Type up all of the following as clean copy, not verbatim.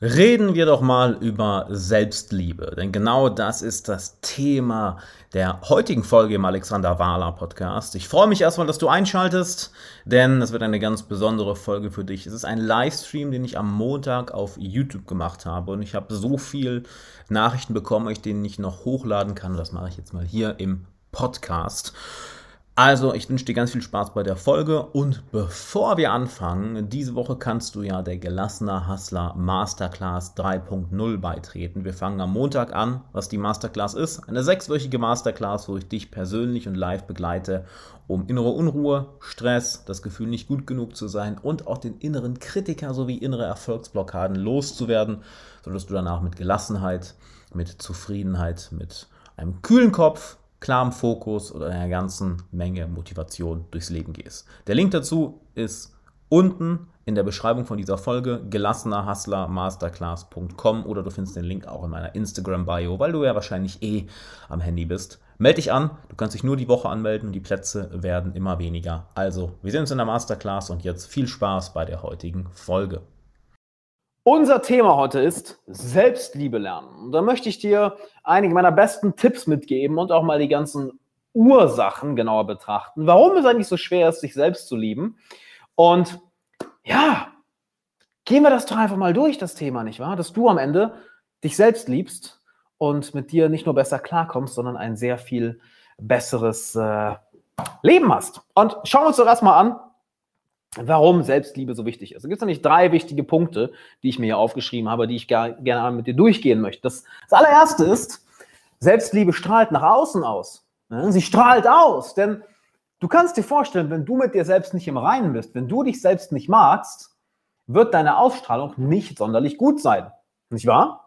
Reden wir doch mal über Selbstliebe, denn genau das ist das Thema der heutigen Folge im Alexander Wahler Podcast. Ich freue mich erstmal, dass du einschaltest, denn es wird eine ganz besondere Folge für dich. Es ist ein Livestream, den ich am Montag auf YouTube gemacht habe und ich habe so viel Nachrichten bekommen, ich den nicht noch hochladen kann. Das mache ich jetzt mal hier im Podcast. Also, ich wünsche dir ganz viel Spaß bei der Folge und bevor wir anfangen, diese Woche kannst du ja der Gelassener Hustler Masterclass 3.0 beitreten. Wir fangen am Montag an, was die Masterclass ist. Eine 6-wöchige Masterclass, wo ich dich persönlich und live begleite, um innere Unruhe, Stress, das Gefühl nicht gut genug zu sein und auch den inneren Kritiker sowie innere Erfolgsblockaden loszuwerden, sodass du danach mit Gelassenheit, mit Zufriedenheit, mit einem kühlen Kopf, klarem Fokus oder einer ganzen Menge Motivation durchs Leben gehst. Der Link dazu ist unten in der Beschreibung von dieser Folge, gelassenerhustlermasterclass.com, oder du findest den Link auch in meiner Instagram-Bio, weil du ja wahrscheinlich am Handy bist. Meld dich an, du kannst dich nur die Woche anmelden und die Plätze werden immer weniger. Also, wir sehen uns in der Masterclass und jetzt viel Spaß bei der heutigen Folge. Unser Thema heute ist Selbstliebe lernen. Und da möchte ich dir einige meiner besten Tipps mitgeben und auch mal die ganzen Ursachen genauer betrachten, warum es eigentlich so schwer ist, sich selbst zu lieben. Und ja, gehen wir das doch einfach mal durch, das Thema, nicht wahr? Dass du am Ende dich selbst liebst und mit dir nicht nur besser klarkommst, sondern ein sehr viel besseres Leben hast. Und schauen wir uns doch erstmal an, warum Selbstliebe so wichtig ist. Da gibt es nämlich 3 wichtige Punkte, die ich mir hier aufgeschrieben habe, die ich gerne mit dir durchgehen möchte. Das allererste ist, Selbstliebe strahlt nach außen aus. Sie strahlt aus, denn du kannst dir vorstellen, wenn du mit dir selbst nicht im Reinen bist, wenn du dich selbst nicht magst, wird deine Ausstrahlung nicht sonderlich gut sein. Nicht wahr?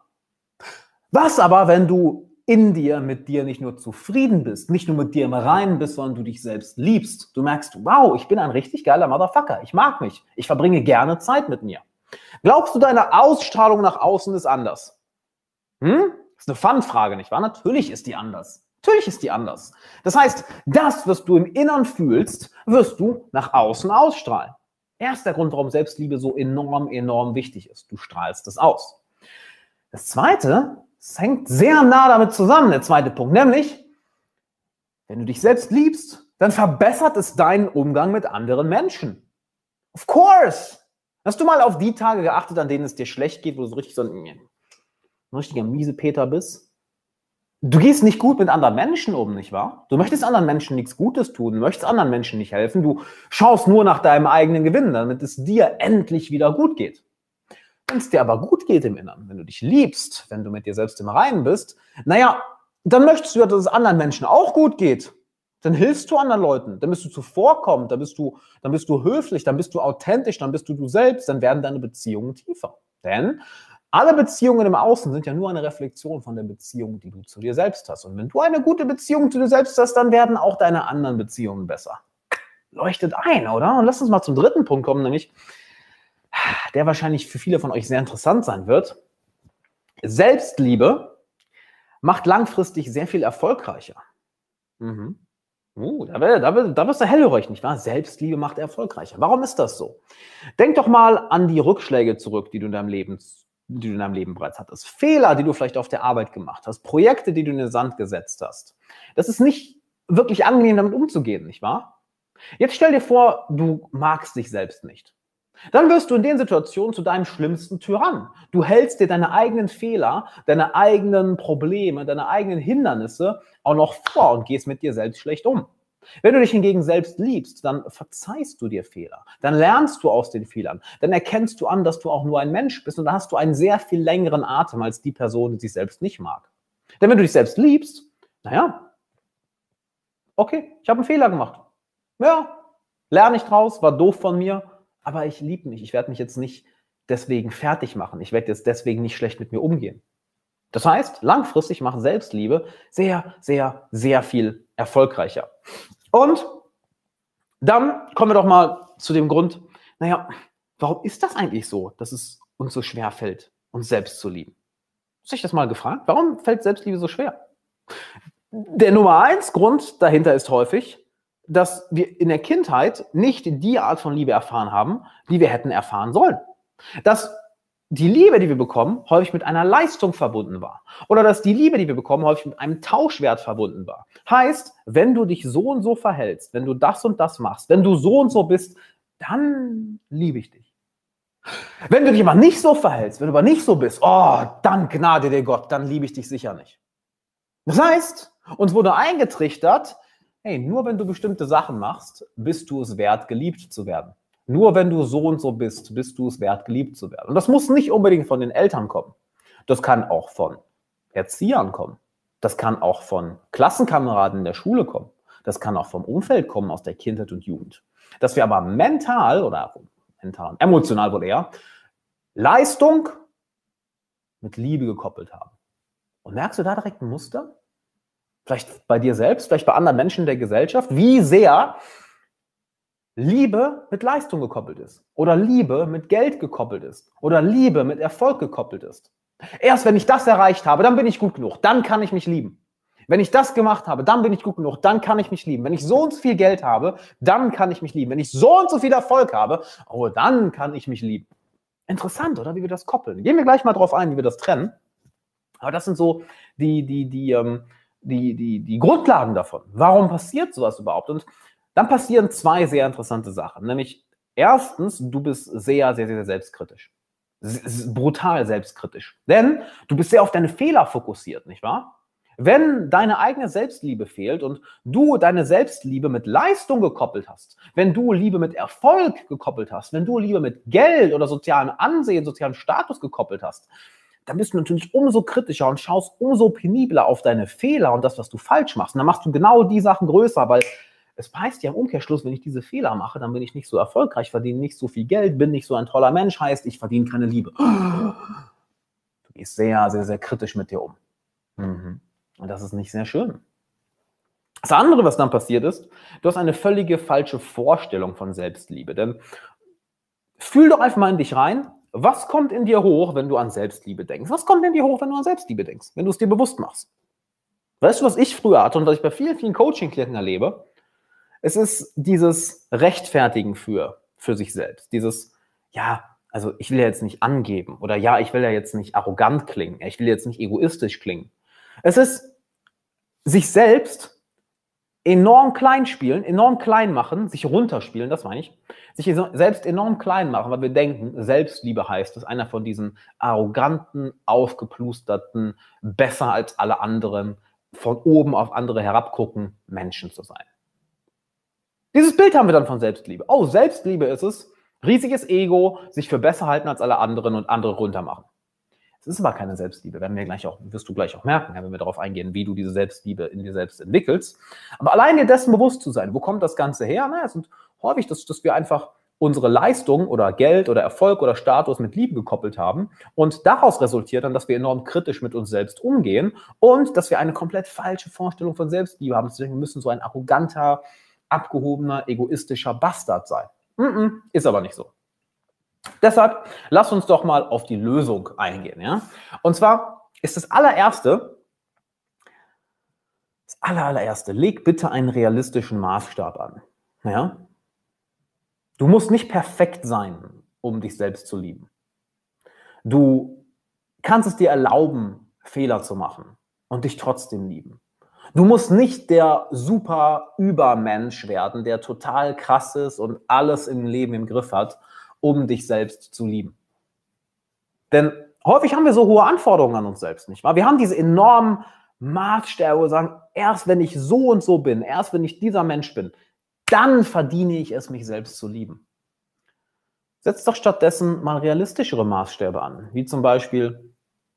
Was aber, wenn du mit dir nicht nur zufrieden bist, nicht nur mit dir im Reinen bist, sondern du dich selbst liebst. Du merkst, wow, ich bin ein richtig geiler Motherfucker. Ich mag mich. Ich verbringe gerne Zeit mit mir. Glaubst du, deine Ausstrahlung nach außen ist anders? Das ist eine Fun-Frage, nicht wahr? Natürlich ist die anders. Natürlich ist die anders. Das heißt, das, was du im Innern fühlst, wirst du nach außen ausstrahlen. Erster Grund, warum Selbstliebe so enorm, enorm wichtig ist. Du strahlst es aus. Das Zweite, es hängt sehr nah damit zusammen, der zweite Punkt, nämlich, wenn du dich selbst liebst, dann verbessert es deinen Umgang mit anderen Menschen. Of course! Hast du mal auf die Tage geachtet, an denen es dir schlecht geht, wo du so richtig so ein richtiger Miesepeter bist? Du gehst nicht gut mit anderen Menschen um, nicht wahr? Du möchtest anderen Menschen nichts Gutes tun, du möchtest anderen Menschen nicht helfen, du schaust nur nach deinem eigenen Gewinn, damit es dir endlich wieder gut geht. Wenn es dir aber gut geht im Inneren, wenn du dich liebst, wenn du mit dir selbst im Reinen bist, naja, dann möchtest du ja, dass es anderen Menschen auch gut geht. Dann hilfst du anderen Leuten, dann bist du zuvorkommend, dann bist du höflich, dann bist du authentisch, dann bist du selbst, dann werden deine Beziehungen tiefer. Denn alle Beziehungen im Außen sind ja nur eine Reflexion von der Beziehung, die du zu dir selbst hast. Und wenn du eine gute Beziehung zu dir selbst hast, dann werden auch deine anderen Beziehungen besser. Leuchtet ein, oder? Und lass uns mal zum dritten Punkt kommen, nämlich der wahrscheinlich für viele von euch sehr interessant sein wird. Selbstliebe macht langfristig sehr viel erfolgreicher. Da wirst du hellhörig, nicht wahr? Selbstliebe macht erfolgreicher. Warum ist das so? Denk doch mal an die Rückschläge zurück, die du in deinem Leben bereits hattest. Fehler, die du vielleicht auf der Arbeit gemacht hast. Projekte, die du in den Sand gesetzt hast. Das ist nicht wirklich angenehm, damit umzugehen, nicht wahr? Jetzt stell dir vor, du magst dich selbst nicht. Dann wirst du in den Situationen zu deinem schlimmsten Tyrann. Du hältst dir deine eigenen Fehler, deine eigenen Probleme, deine eigenen Hindernisse auch noch vor und gehst mit dir selbst schlecht um. Wenn du dich hingegen selbst liebst, dann verzeihst du dir Fehler. Dann lernst du aus den Fehlern. Dann erkennst du an, dass du auch nur ein Mensch bist und dann hast du einen sehr viel längeren Atem als die Person, die sich selbst nicht mag. Denn wenn du dich selbst liebst, naja, okay, ich habe einen Fehler gemacht. Ja, lerne ich draus, war doof von mir. Aber ich liebe mich. Ich werde mich jetzt nicht deswegen fertig machen. Ich werde jetzt deswegen nicht schlecht mit mir umgehen. Das heißt, langfristig macht Selbstliebe sehr, sehr, sehr viel erfolgreicher. Und dann kommen wir doch mal zu dem Grund, naja, warum ist das eigentlich so, dass es uns so schwer fällt, uns selbst zu lieben? Hast du dich das mal gefragt? Warum fällt Selbstliebe so schwer? Der Nummer 1 Grund dahinter ist häufig, dass wir in der Kindheit nicht die Art von Liebe erfahren haben, die wir hätten erfahren sollen. Dass die Liebe, die wir bekommen, häufig mit einer Leistung verbunden war. Oder dass die Liebe, die wir bekommen, häufig mit einem Tauschwert verbunden war. Heißt, wenn du dich so und so verhältst, wenn du das und das machst, wenn du so und so bist, dann liebe ich dich. Wenn du dich aber nicht so verhältst, wenn du aber nicht so bist, oh, dann gnade dir Gott, dann liebe ich dich sicher nicht. Das heißt, uns wurde eingetrichtert, hey, nur wenn du bestimmte Sachen machst, bist du es wert, geliebt zu werden. Nur wenn du so und so bist, bist du es wert, geliebt zu werden. Und das muss nicht unbedingt von den Eltern kommen. Das kann auch von Erziehern kommen. Das kann auch von Klassenkameraden in der Schule kommen. Das kann auch vom Umfeld kommen, aus der Kindheit und Jugend. Dass wir aber emotional wohl eher, Leistung mit Liebe gekoppelt haben. Und merkst du da direkt ein Muster? Vielleicht bei dir selbst, vielleicht bei anderen Menschen der Gesellschaft, wie sehr Liebe mit Leistung gekoppelt ist oder Liebe mit Geld gekoppelt ist oder Liebe mit Erfolg gekoppelt ist. Erst wenn ich das erreicht habe, dann bin ich gut genug, dann kann ich mich lieben. Wenn ich das gemacht habe, dann bin ich gut genug, dann kann ich mich lieben. Wenn ich so und so viel Geld habe, dann kann ich mich lieben. Wenn ich so und so viel Erfolg habe, oh, dann kann ich mich lieben. Interessant, oder? Wie wir das koppeln. Gehen wir gleich mal drauf ein, wie wir das trennen. Aber das sind so die Grundlagen davon. Warum passiert sowas überhaupt? Und dann passieren zwei sehr interessante Sachen. Nämlich erstens, du bist sehr, sehr, sehr selbstkritisch. Brutal selbstkritisch. Denn du bist sehr auf deine Fehler fokussiert, nicht wahr? Wenn deine eigene Selbstliebe fehlt und du deine Selbstliebe mit Leistung gekoppelt hast, wenn du Liebe mit Erfolg gekoppelt hast, wenn du Liebe mit Geld oder sozialem Ansehen, sozialem Status gekoppelt hast, dann bist du natürlich umso kritischer und schaust umso penibler auf deine Fehler und das, was du falsch machst. Und dann machst du genau die Sachen größer, weil es heißt ja im Umkehrschluss, wenn ich diese Fehler mache, dann bin ich nicht so erfolgreich, verdiene nicht so viel Geld, bin nicht so ein toller Mensch, heißt, ich verdiene keine Liebe. Du gehst sehr, sehr, sehr kritisch mit dir um. Und das ist nicht sehr schön. Das andere, was dann passiert ist, du hast eine völlige falsche Vorstellung von Selbstliebe. Denn fühl doch einfach mal in dich rein, was kommt in dir hoch, wenn du an Selbstliebe denkst? Was kommt in dir hoch, wenn du an Selbstliebe denkst? Wenn du es dir bewusst machst? Weißt du, was ich früher hatte und was ich bei vielen, vielen Coaching-Klienten erlebe? Es ist dieses Rechtfertigen für sich selbst. Dieses, ja, also ich will ja jetzt nicht angeben oder ja, ich will ja jetzt nicht arrogant klingen. Ich will jetzt nicht egoistisch klingen. Es ist sich selbst enorm klein spielen, enorm klein machen, sich runterspielen, das meine ich. Sich selbst enorm klein machen, weil wir denken, Selbstliebe heißt, dass einer von diesen arroganten, aufgeplusterten, besser als alle anderen, von oben auf andere herabgucken, Menschen zu sein. Dieses Bild haben wir dann von Selbstliebe. Oh, Selbstliebe ist es, riesiges Ego, sich für besser halten als alle anderen und andere runtermachen. Es ist aber keine Selbstliebe, wirst du gleich auch merken, wenn wir darauf eingehen, wie du diese Selbstliebe in dir selbst entwickelst. Aber allein dir dessen bewusst zu sein, wo kommt das Ganze her? Na, es sind häufig, dass wir einfach unsere Leistung oder Geld oder Erfolg oder Status mit Liebe gekoppelt haben und daraus resultiert dann, dass wir enorm kritisch mit uns selbst umgehen und dass wir eine komplett falsche Vorstellung von Selbstliebe haben. Deswegen müssen so ein arroganter, abgehobener, egoistischer Bastard sein. Ist aber nicht so. Deshalb lass uns doch mal auf die Lösung eingehen. Ja? Und zwar ist das allererste, leg bitte einen realistischen Maßstab an. Ja? Du musst nicht perfekt sein, um dich selbst zu lieben. Du kannst es dir erlauben, Fehler zu machen und dich trotzdem lieben. Du musst nicht der super Übermensch werden, der total krass ist und alles im Leben im Griff hat, um dich selbst zu lieben. Denn häufig haben wir so hohe Anforderungen an uns selbst, nicht wahr? Wir haben diese enormen Maßstäbe, wo wir sagen, erst wenn ich so und so bin, erst wenn ich dieser Mensch bin, dann verdiene ich es, mich selbst zu lieben. Setz doch stattdessen mal realistischere Maßstäbe an, wie zum Beispiel,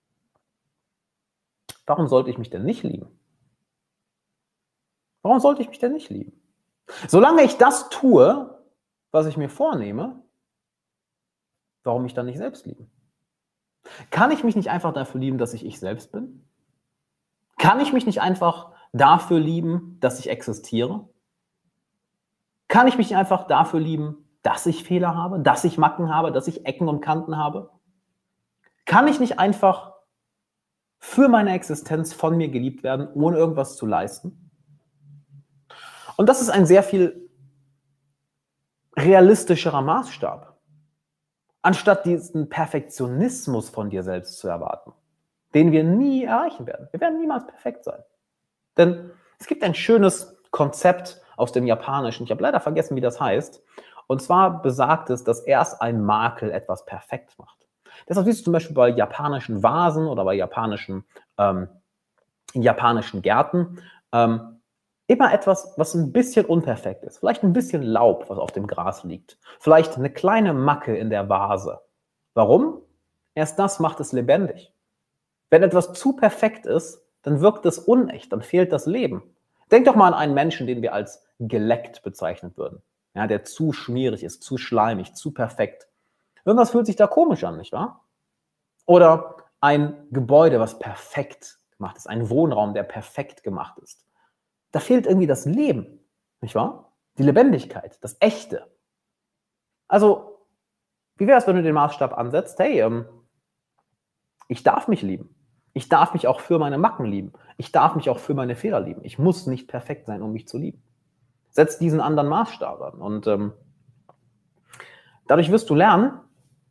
warum sollte ich mich denn nicht lieben? Warum sollte ich mich denn nicht lieben? Solange ich das tue, was ich mir vornehme, warum mich dann nicht selbst lieben? Kann ich mich nicht einfach dafür lieben, dass ich selbst bin? Kann ich mich nicht einfach dafür lieben, dass ich existiere? Kann ich mich einfach dafür lieben, dass ich Fehler habe, dass ich Macken habe, dass ich Ecken und Kanten habe? Kann ich nicht einfach für meine Existenz von mir geliebt werden, ohne irgendwas zu leisten? Und das ist ein sehr viel realistischerer Maßstab. anstatt diesen Perfektionismus von dir selbst zu erwarten, den wir nie erreichen werden. Wir werden niemals perfekt sein. Denn es gibt ein schönes Konzept aus dem Japanischen, ich habe leider vergessen, wie das heißt, und zwar besagt es, dass erst ein Makel etwas perfekt macht. Deshalb siehst du zum Beispiel bei japanischen Vasen oder bei in japanischen Gärten immer etwas, was ein bisschen unperfekt ist. Vielleicht ein bisschen Laub, was auf dem Gras liegt. Vielleicht eine kleine Macke in der Vase. Warum? Erst das macht es lebendig. Wenn etwas zu perfekt ist, dann wirkt es unecht, dann fehlt das Leben. Denk doch mal an einen Menschen, den wir als geleckt bezeichnen würden. Ja, der zu schmierig ist, zu schleimig, zu perfekt. Irgendwas fühlt sich da komisch an, nicht wahr? Oder ein Gebäude, was perfekt gemacht ist, ein Wohnraum, der perfekt gemacht ist. Da fehlt irgendwie das Leben, nicht wahr? Die Lebendigkeit, das Echte. Also, wie wäre es, wenn du den Maßstab ansetzt? Hey, ich darf mich lieben. Ich darf mich auch für meine Macken lieben. Ich darf mich auch für meine Fehler lieben. Ich muss nicht perfekt sein, um mich zu lieben. Setz diesen anderen Maßstab an. Und dadurch wirst du lernen,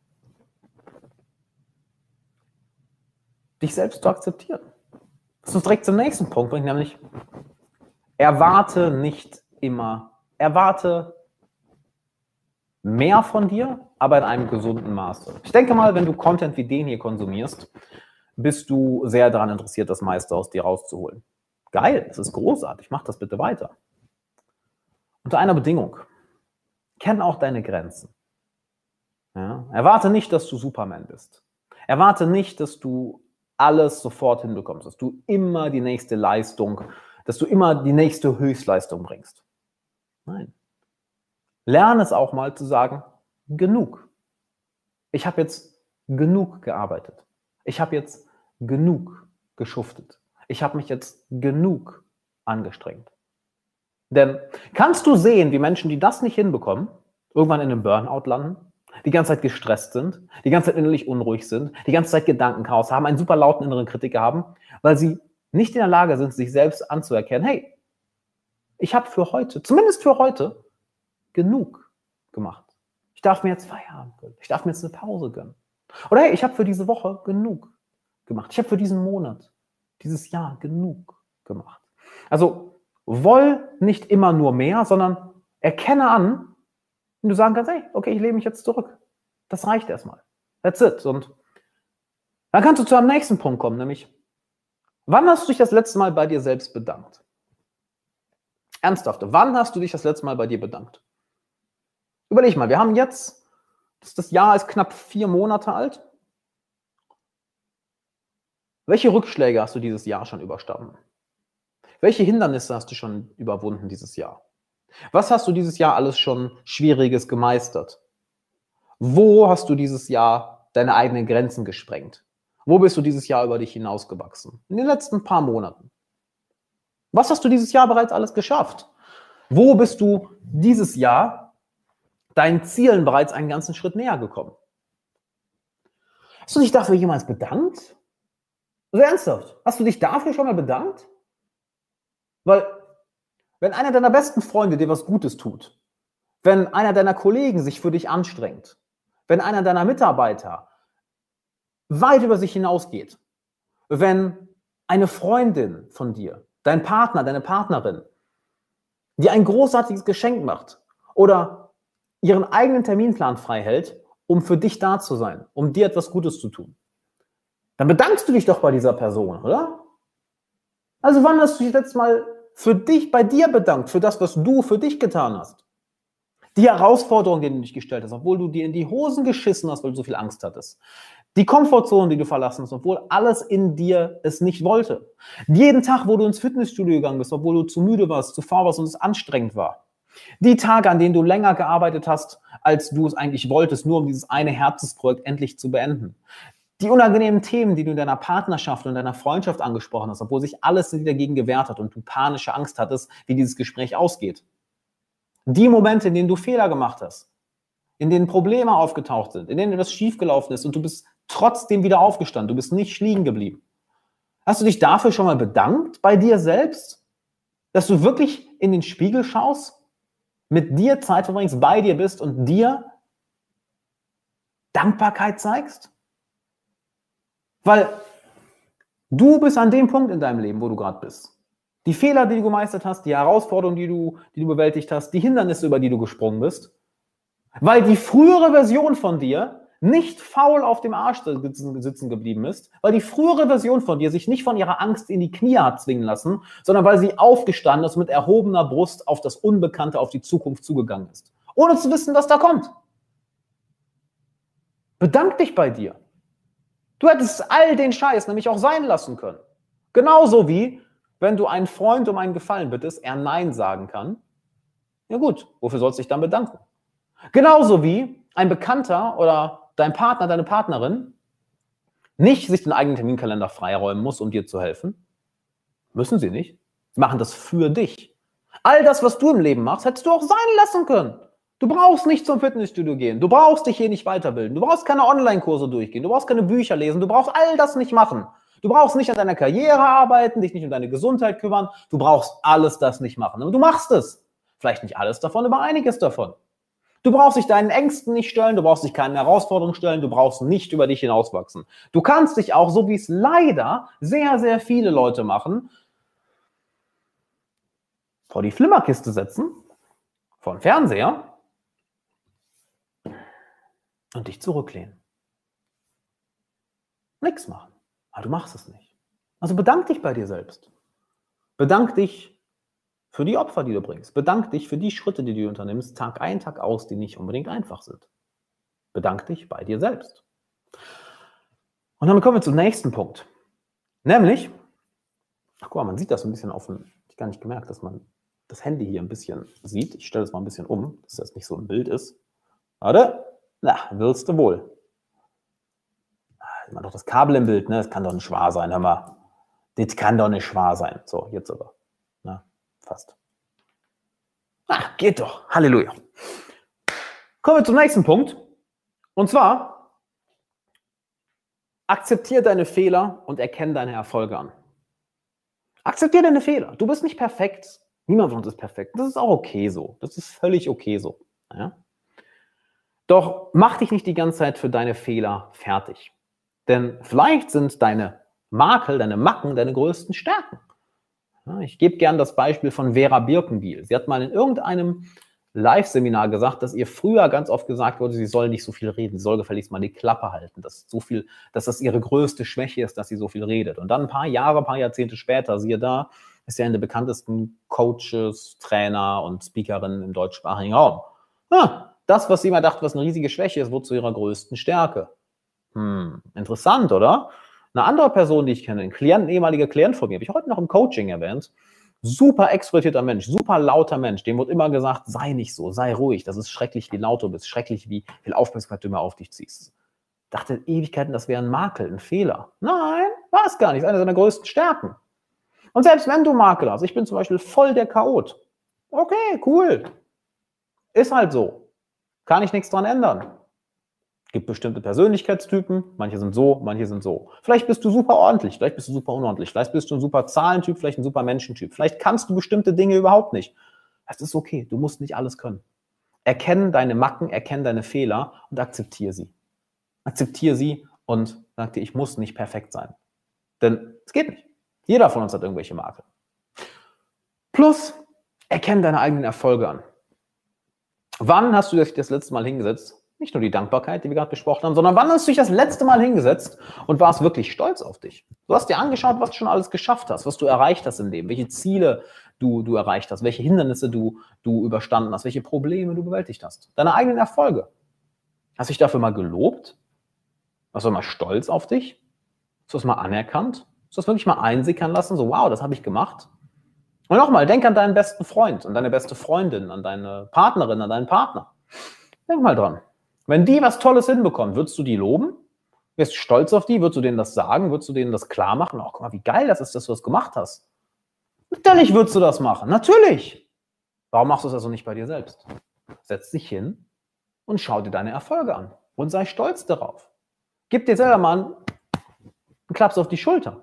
dich selbst zu akzeptieren. Das uns direkt zum nächsten Punkt bringt, nämlich erwarte mehr von dir, aber in einem gesunden Maße. Ich denke mal, wenn du Content wie den hier konsumierst, bist du sehr daran interessiert, das meiste aus dir rauszuholen. Geil, das ist großartig, mach das bitte weiter. Unter einer Bedingung. Kenn auch deine Grenzen. Ja? Erwarte nicht, dass du Superman bist. Erwarte nicht, dass du alles sofort hinbekommst, dass du immer die nächste Leistung, dass du immer die nächste Höchstleistung bringst. Nein. Lerne es auch mal zu sagen, genug. Ich habe jetzt genug gearbeitet. Ich habe jetzt genug geschuftet. Ich habe mich jetzt genug angestrengt. Denn kannst du sehen, wie Menschen, die das nicht hinbekommen, irgendwann in einem Burnout landen, die ganze Zeit gestresst sind, die ganze Zeit innerlich unruhig sind, die ganze Zeit Gedankenchaos haben, einen super lauten inneren Kritiker haben, weil sie nicht in der Lage sind, sich selbst anzuerkennen, hey, ich habe für heute, zumindest für heute, genug gemacht. Ich darf mir jetzt Feierabend gönnen. Ich darf mir jetzt eine Pause gönnen. Oder hey, ich habe für diese Woche genug gemacht. Ich habe für diesen Monat, dieses Jahr genug gemacht. Also woll nicht immer nur mehr, sondern erkenne an, wenn du sagen kannst, hey, okay, ich lehne mich jetzt zurück. Das reicht erstmal. That's it. Und dann kannst du zu einem nächsten Punkt kommen, nämlich, wann hast du dich das letzte Mal bei dir selbst bedankt? Ernsthaft, wann hast du dich das letzte Mal bei dir bedankt? Überleg mal, wir haben jetzt, das Jahr ist knapp 4 Monate alt. Welche Rückschläge hast du dieses Jahr schon überstanden? Welche Hindernisse hast du schon überwunden dieses Jahr? Was hast du dieses Jahr alles schon Schwieriges gemeistert? Wo hast du dieses Jahr deine eigenen Grenzen gesprengt? Wo bist du dieses Jahr über dich hinausgewachsen? In den letzten paar Monaten. Was hast du dieses Jahr bereits alles geschafft? Wo bist du dieses Jahr deinen Zielen bereits einen ganzen Schritt näher gekommen? Hast du dich dafür jemals bedankt? Also ernsthaft, hast du dich dafür schon mal bedankt? Weil, wenn einer deiner besten Freunde dir was Gutes tut, wenn einer deiner Kollegen sich für dich anstrengt, wenn einer deiner Mitarbeiter weit über sich hinausgeht, wenn eine Freundin von dir, dein Partner, deine Partnerin, dir ein großartiges Geschenk macht oder ihren eigenen Terminplan frei hält, um für dich da zu sein, um dir etwas Gutes zu tun, dann bedankst du dich doch bei dieser Person, oder? Also wann hast du dich letztes Mal für dich, bei dir bedankt, für das, was du für dich getan hast? Die Herausforderung, die du dich gestellt hast, obwohl du dir in die Hosen geschissen hast, weil du so viel Angst hattest. Die Komfortzone, die du verlassen hast, obwohl alles in dir es nicht wollte. Jeden Tag, wo du ins Fitnessstudio gegangen bist, obwohl du zu müde warst, zu faul warst und es anstrengend war. Die Tage, an denen du länger gearbeitet hast, als du es eigentlich wolltest, nur um dieses eine Herzensprojekt endlich zu beenden. Die unangenehmen Themen, die du in deiner Partnerschaft und deiner Freundschaft angesprochen hast, obwohl sich alles dagegen gewehrt hat und du panische Angst hattest, wie dieses Gespräch ausgeht. Die Momente, in denen du Fehler gemacht hast, in denen Probleme aufgetaucht sind, in denen etwas schiefgelaufen ist und du bist trotzdem wieder aufgestanden, du bist nicht liegen geblieben. Hast du dich dafür schon mal bedankt bei dir selbst, dass du wirklich in den Spiegel schaust, mit dir Zeit verbringst, bei dir bist und dir Dankbarkeit zeigst? Weil du bist an dem Punkt in deinem Leben, wo du gerade bist. Die Fehler, die du gemeistert hast, die Herausforderungen, die du bewältigt hast, die Hindernisse, über die du gesprungen bist, weil die frühere Version von dir nicht faul auf dem Arsch sitzen geblieben ist, weil die frühere Version von dir sich nicht von ihrer Angst in die Knie hat zwingen lassen, sondern weil sie aufgestanden ist, mit erhobener Brust auf das Unbekannte, auf die Zukunft zugegangen ist, ohne zu wissen, was da kommt. Bedank dich bei dir. Du hättest all den Scheiß nämlich auch sein lassen können. Genauso wie, wenn du einen Freund um einen Gefallen bittest, er Nein sagen kann. Ja gut, wofür sollst du dich dann bedanken? Genauso wie ein Bekannter oder dein Partner, deine Partnerin nicht sich den eigenen Terminkalender freiräumen muss, um dir zu helfen. Müssen sie nicht. Sie machen das für dich. All das, was du im Leben machst, hättest du auch sein lassen können. Du brauchst nicht zum Fitnessstudio gehen. Du brauchst dich hier nicht weiterbilden. Du brauchst keine Online-Kurse durchgehen. Du brauchst keine Bücher lesen. Du brauchst all das nicht machen. Du brauchst nicht an deiner Karriere arbeiten, dich nicht um deine Gesundheit kümmern. Du brauchst alles das nicht machen. Aber du machst es. Vielleicht nicht alles davon, aber einiges davon. Du brauchst dich deinen Ängsten nicht stellen. Du brauchst dich keinen Herausforderungen stellen. Du brauchst nicht über dich hinauswachsen. Du kannst dich auch, so wie es leider sehr, sehr viele Leute machen, vor die Flimmerkiste setzen, vor den Fernseher, und dich zurücklehnen. Nichts machen. Aber du machst es nicht. Also bedank dich bei dir selbst. Bedank dich für die Opfer, die du bringst. Bedank dich für die Schritte, die du unternimmst, Tag ein, Tag aus, die nicht unbedingt einfach sind. Bedank dich bei dir selbst. Und damit kommen wir zum nächsten Punkt. Nämlich, guck mal, man sieht das ein bisschen auf dem, ich habe gar nicht gemerkt, dass man das Handy hier ein bisschen sieht. Ich stelle es mal ein bisschen um, dass das nicht so ein Bild ist. Warte. Na, willst du wohl. Immer noch das Kabel im Bild, ne? Das kann doch nicht wahr sein, hör mal. Das kann doch nicht wahr sein. So, jetzt aber. Na, fast. Ach, geht doch. Halleluja. Kommen wir zum nächsten Punkt. Und zwar, akzeptiere deine Fehler und erkenne deine Erfolge an. Akzeptiere deine Fehler. Du bist nicht perfekt. Niemand von uns ist perfekt. Das ist auch okay so. Das ist völlig okay so. Ja? Doch mach dich nicht die ganze Zeit für deine Fehler fertig. Denn vielleicht sind deine Makel, deine Macken, deine größten Stärken. Ja, ich gebe gern das Beispiel von Vera Birkenbiel. Sie hat mal in irgendeinem Live-Seminar gesagt, dass ihr früher ganz oft gesagt wurde, sie soll nicht so viel reden, sie soll gefälligst mal die Klappe halten, dass das ihre größte Schwäche ist, dass sie so viel redet. Und dann ein paar Jahrzehnte später, siehe da, ist sie eine der bekanntesten Coaches, Trainer und Speakerin im deutschsprachigen Raum. Das, was sie immer dachte, was eine riesige Schwäche ist, wurde zu ihrer größten Stärke. Interessant, oder? Eine andere Person, die ich kenne, ein ehemaliger Klient von mir, habe ich heute noch im Coaching erwähnt, super extrovertierter Mensch, super lauter Mensch, dem wird immer gesagt, sei nicht so, sei ruhig, das ist schrecklich, wie laut du bist, schrecklich, wie viel Aufmerksamkeit du immer auf dich ziehst. Dachte Ewigkeiten, das wäre ein Makel, ein Fehler. Nein, war es gar nicht, das ist eine seiner größten Stärken. Und selbst wenn du Makel hast, ich bin zum Beispiel voll der Chaot. Okay, cool. Ist halt so. Kann ich nichts dran ändern. Gibt bestimmte Persönlichkeitstypen, manche sind so, manche sind so. Vielleicht bist du super ordentlich, vielleicht bist du super unordentlich, vielleicht bist du ein super Zahlentyp, vielleicht ein super Menschentyp, vielleicht kannst du bestimmte Dinge überhaupt nicht. Das ist okay, du musst nicht alles können. Erkenne deine Macken, erkenne deine Fehler und akzeptiere sie. Akzeptiere sie und sag dir, ich muss nicht perfekt sein. Denn es geht nicht. Jeder von uns hat irgendwelche Makel. Plus, erkenne deine eigenen Erfolge an. Wann hast du dich das letzte Mal hingesetzt? Nicht nur die Dankbarkeit, die wir gerade besprochen haben, sondern wann hast du dich das letzte Mal hingesetzt und warst wirklich stolz auf dich? Du hast dir angeschaut, was du schon alles geschafft hast, was du erreicht hast im Leben, welche Ziele du erreicht hast, welche Hindernisse du überstanden hast, welche Probleme du bewältigt hast. Deine eigenen Erfolge. Hast du dich dafür mal gelobt? Warst du mal stolz auf dich? Hast du das mal anerkannt? Hast du das wirklich mal einsickern lassen? So, wow, das habe ich gemacht. Und nochmal, denk an deinen besten Freund, an deine beste Freundin, an deine Partnerin, an deinen Partner. Denk mal dran. Wenn die was Tolles hinbekommen, würdest du die loben? Wirst du stolz auf die? Würdest du denen das sagen? Würdest du denen das klar machen? Oh, guck mal, wie geil das ist, dass du das gemacht hast. Natürlich würdest du das machen. Natürlich. Warum machst du es also nicht bei dir selbst? Setz dich hin und schau dir deine Erfolge an und sei stolz darauf. Gib dir selber mal einen Klaps auf die Schulter.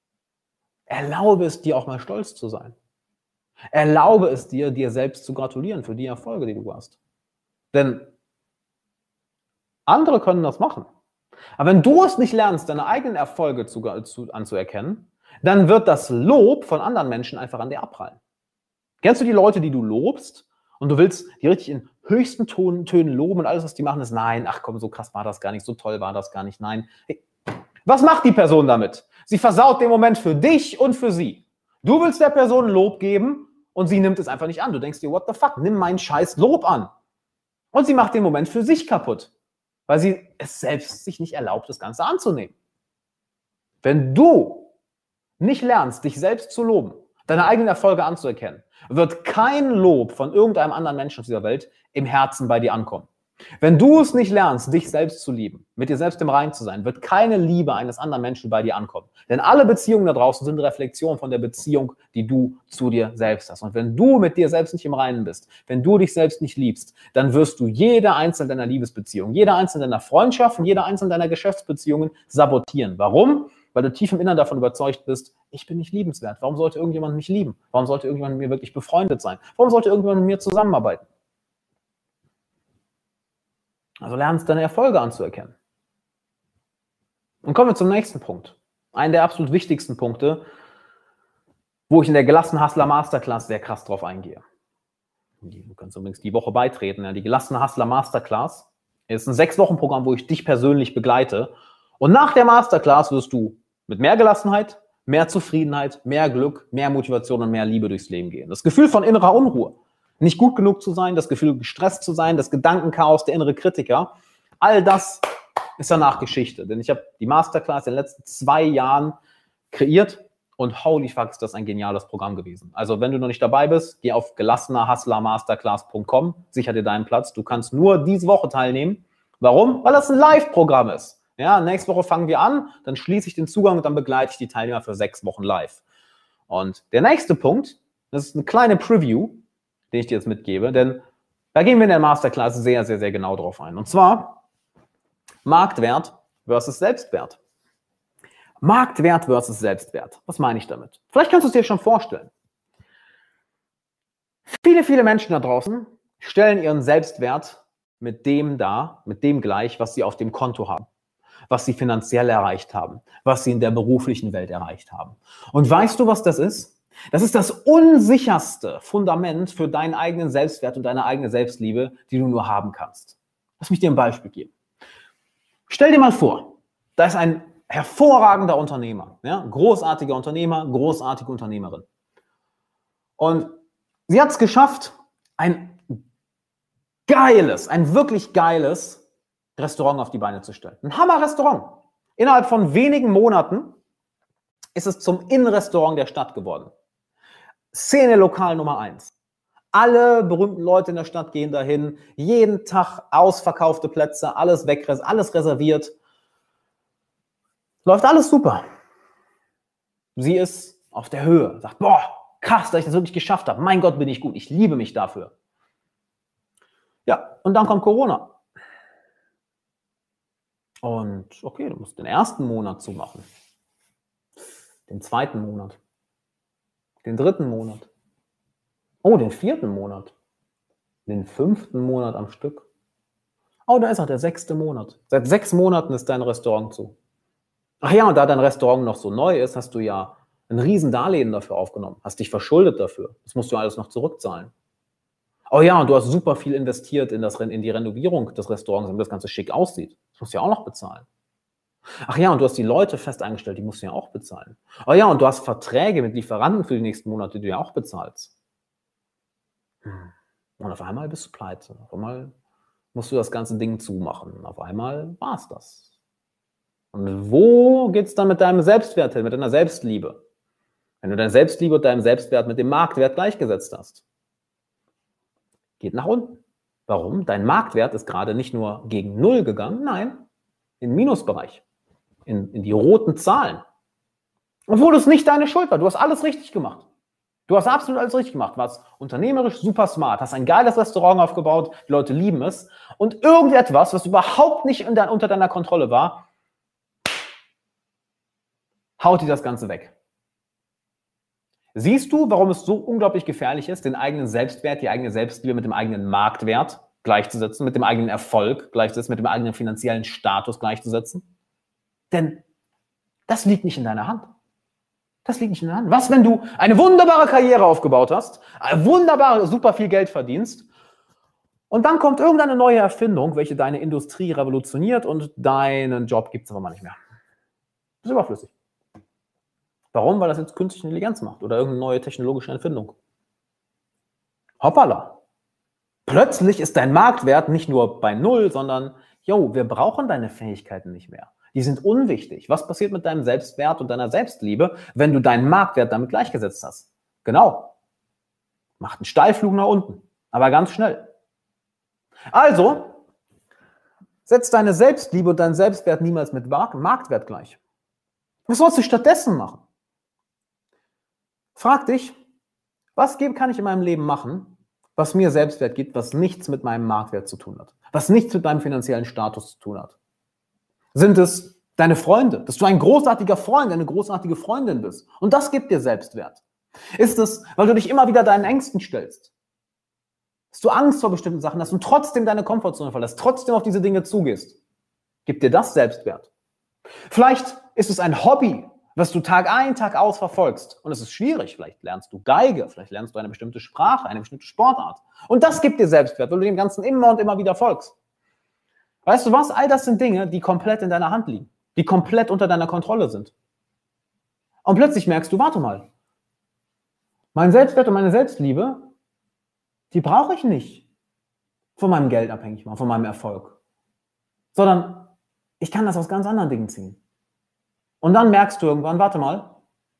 Erlaube es dir auch mal stolz zu sein. Erlaube es dir selbst zu gratulieren für die Erfolge, die du hast. Denn Andere können das machen. Aber wenn du es nicht lernst, deine eigenen Erfolge anzuerkennen, dann wird das Lob von anderen Menschen einfach an dir abprallen. Kennst du die Leute, die du lobst und du willst die richtig in höchsten Tönen loben und alles, was die machen, ist nein, ach komm, so krass war das gar nicht, so toll war das gar nicht, nein. Hey, was macht die Person damit? Sie versaut den Moment für dich und für sie. Du willst der Person Lob geben und sie nimmt es einfach nicht an. Du denkst dir, what the fuck, nimm meinen scheiß Lob an. Und sie macht den Moment für sich kaputt, weil sie es selbst sich nicht erlaubt, das Ganze anzunehmen. Wenn du nicht lernst, dich selbst zu loben, deine eigenen Erfolge anzuerkennen, wird kein Lob von irgendeinem anderen Menschen auf dieser Welt im Herzen bei dir ankommen. Wenn du es nicht lernst, dich selbst zu lieben, mit dir selbst im Reinen zu sein, wird keine Liebe eines anderen Menschen bei dir ankommen. Denn alle Beziehungen da draußen sind eine Reflexion von der Beziehung, die du zu dir selbst hast. Und wenn du mit dir selbst nicht im Reinen bist, wenn du dich selbst nicht liebst, dann wirst du jede einzelne deiner Liebesbeziehungen, jede einzelne deiner Freundschaften, jede einzelne deiner Geschäftsbeziehungen sabotieren. Warum? Weil du tief im Inneren davon überzeugt bist, ich bin nicht liebenswert. Warum sollte irgendjemand mich lieben? Warum sollte irgendjemand mit mir wirklich befreundet sein? Warum sollte irgendjemand mit mir zusammenarbeiten? Also lernst deine Erfolge anzuerkennen. Und kommen wir zum nächsten Punkt. Einen der absolut wichtigsten Punkte, wo ich in der Gelassen Hustler Masterclass sehr krass drauf eingehe. Du kannst übrigens die Woche beitreten. Ja, die Gelassen Hustler Masterclass ist ein 6-Wochen-Programm, wo ich dich persönlich begleite. Und nach der Masterclass wirst du mit mehr Gelassenheit, mehr Zufriedenheit, mehr Glück, mehr Motivation und mehr Liebe durchs Leben gehen. Das Gefühl von innerer Unruhe, nicht gut genug zu sein, das Gefühl, gestresst zu sein, das Gedankenchaos, der innere Kritiker, all das ist danach Geschichte. Denn ich habe die Masterclass in den letzten 2 Jahren kreiert und holy fuck, ist das ein geniales Programm gewesen. Also wenn du noch nicht dabei bist, geh auf gelassenerhustlermasterclass.com, sicher dir deinen Platz. Du kannst nur diese Woche teilnehmen. Warum? Weil das ein Live-Programm ist. Ja, nächste Woche fangen wir an, dann schließe ich den Zugang und dann begleite ich die Teilnehmer für 6 Wochen live. Und der nächste Punkt, das ist eine kleine Preview, den ich dir jetzt mitgebe, denn da gehen wir in der Masterclass sehr, sehr, sehr genau drauf ein. Und zwar Marktwert versus Selbstwert. Marktwert versus Selbstwert. Was meine ich damit? Vielleicht kannst du es dir schon vorstellen. Viele, viele Menschen da draußen stellen ihren Selbstwert mit dem gleich, was sie auf dem Konto haben, was sie finanziell erreicht haben, was sie in der beruflichen Welt erreicht haben. Und weißt du, was das ist? Das ist das unsicherste Fundament für deinen eigenen Selbstwert und deine eigene Selbstliebe, die du nur haben kannst. Lass mich dir ein Beispiel geben. Stell dir mal vor, da ist ein hervorragender Unternehmer, ja, großartiger Unternehmer, großartige Unternehmerin. Und sie hat es geschafft, ein wirklich geiles Restaurant auf die Beine zu stellen. Ein Hammer-Restaurant. Innerhalb von wenigen Monaten ist es zum Innenrestaurant der Stadt geworden. Szene lokal Nummer 1. Alle berühmten Leute in der Stadt gehen dahin. Jeden Tag ausverkaufte Plätze, alles weg, alles reserviert. Läuft alles super. Sie ist auf der Höhe. Sagt, boah, krass, dass ich das wirklich geschafft habe. Mein Gott, bin ich gut. Ich liebe mich dafür. Ja, und dann kommt Corona. Und okay, du musst den ersten Monat zumachen. Den zweiten Monat. Den dritten Monat. Oh, den 4. Monat. Den 5. Monat am Stück. Oh, da ist auch der 6. Monat. Seit 6 Monaten ist dein Restaurant zu. Ach ja, und da dein Restaurant noch so neu ist, hast du ja ein Riesendarlehen dafür aufgenommen. Hast dich verschuldet dafür. Das musst du alles noch zurückzahlen. Oh ja, und du hast super viel investiert in die Renovierung des Restaurants, damit das Ganze schick aussieht. Das musst du ja auch noch bezahlen. Ach ja, und du hast die Leute fest eingestellt, die musst du ja auch bezahlen. Oh ja, und du hast Verträge mit Lieferanten für die nächsten Monate, die du ja auch bezahlst. Und auf einmal bist du pleite. Auf einmal musst du das ganze Ding zumachen. Und auf einmal war es das. Und wo geht es dann mit deinem Selbstwert hin, mit deiner Selbstliebe? Wenn du deine Selbstliebe und deinen Selbstwert mit dem Marktwert gleichgesetzt hast. Geht nach unten. Warum? Dein Marktwert ist gerade nicht nur gegen 0 gegangen, nein, in den Minusbereich. In die roten Zahlen. Obwohl es nicht deine Schuld war. Du hast alles richtig gemacht. Du hast absolut alles richtig gemacht. Warst unternehmerisch super smart, hast ein geiles Restaurant aufgebaut, die Leute lieben es. Und irgendetwas, was überhaupt nicht unter deiner Kontrolle war, haut dir das Ganze weg. Siehst du, warum es so unglaublich gefährlich ist, den eigenen Selbstwert, die eigene Selbstliebe mit dem eigenen Marktwert gleichzusetzen, mit dem eigenen Erfolg gleichzusetzen, mit dem eigenen finanziellen Status gleichzusetzen. Denn das liegt nicht in deiner Hand. Das liegt nicht in der Hand. Was, wenn du eine wunderbare Karriere aufgebaut hast, wunderbar, super viel Geld verdienst und dann kommt irgendeine neue Erfindung, welche deine Industrie revolutioniert und deinen Job gibt es aber mal nicht mehr. Das ist überflüssig. Warum? Weil das jetzt künstliche Intelligenz macht oder irgendeine neue technologische Erfindung. Hoppala. Plötzlich ist dein Marktwert nicht nur bei Null, sondern, wir brauchen deine Fähigkeiten nicht mehr. Die sind unwichtig. Was passiert mit deinem Selbstwert und deiner Selbstliebe, wenn du deinen Marktwert damit gleichgesetzt hast? Genau. Macht einen Steilflug nach unten, aber ganz schnell. Also, setz deine Selbstliebe und deinen Selbstwert niemals mit Marktwert gleich. Was sollst du stattdessen machen? Frag dich, was kann ich in meinem Leben machen, was mir Selbstwert gibt, was nichts mit meinem Marktwert zu tun hat, was nichts mit meinem finanziellen Status zu tun hat? Sind es deine Freunde, dass du ein großartiger Freund, eine großartige Freundin bist und das gibt dir Selbstwert? Ist es, weil du dich immer wieder deinen Ängsten stellst, dass du Angst vor bestimmten Sachen hast und trotzdem deine Komfortzone verlässt, trotzdem auf diese Dinge zugehst? Gibt dir das Selbstwert? Vielleicht ist es ein Hobby, was du Tag ein, Tag aus verfolgst und es ist schwierig, vielleicht lernst du Geige, vielleicht lernst du eine bestimmte Sprache, eine bestimmte Sportart und das gibt dir Selbstwert, weil du dem Ganzen immer und immer wieder folgst. Weißt du was? All das sind Dinge, die komplett in deiner Hand liegen, die komplett unter deiner Kontrolle sind. Und plötzlich merkst du, warte mal, mein Selbstwert und meine Selbstliebe, die brauche ich nicht von meinem Geld abhängig machen, von meinem Erfolg, sondern ich kann das aus ganz anderen Dingen ziehen. Und dann merkst du irgendwann, warte mal,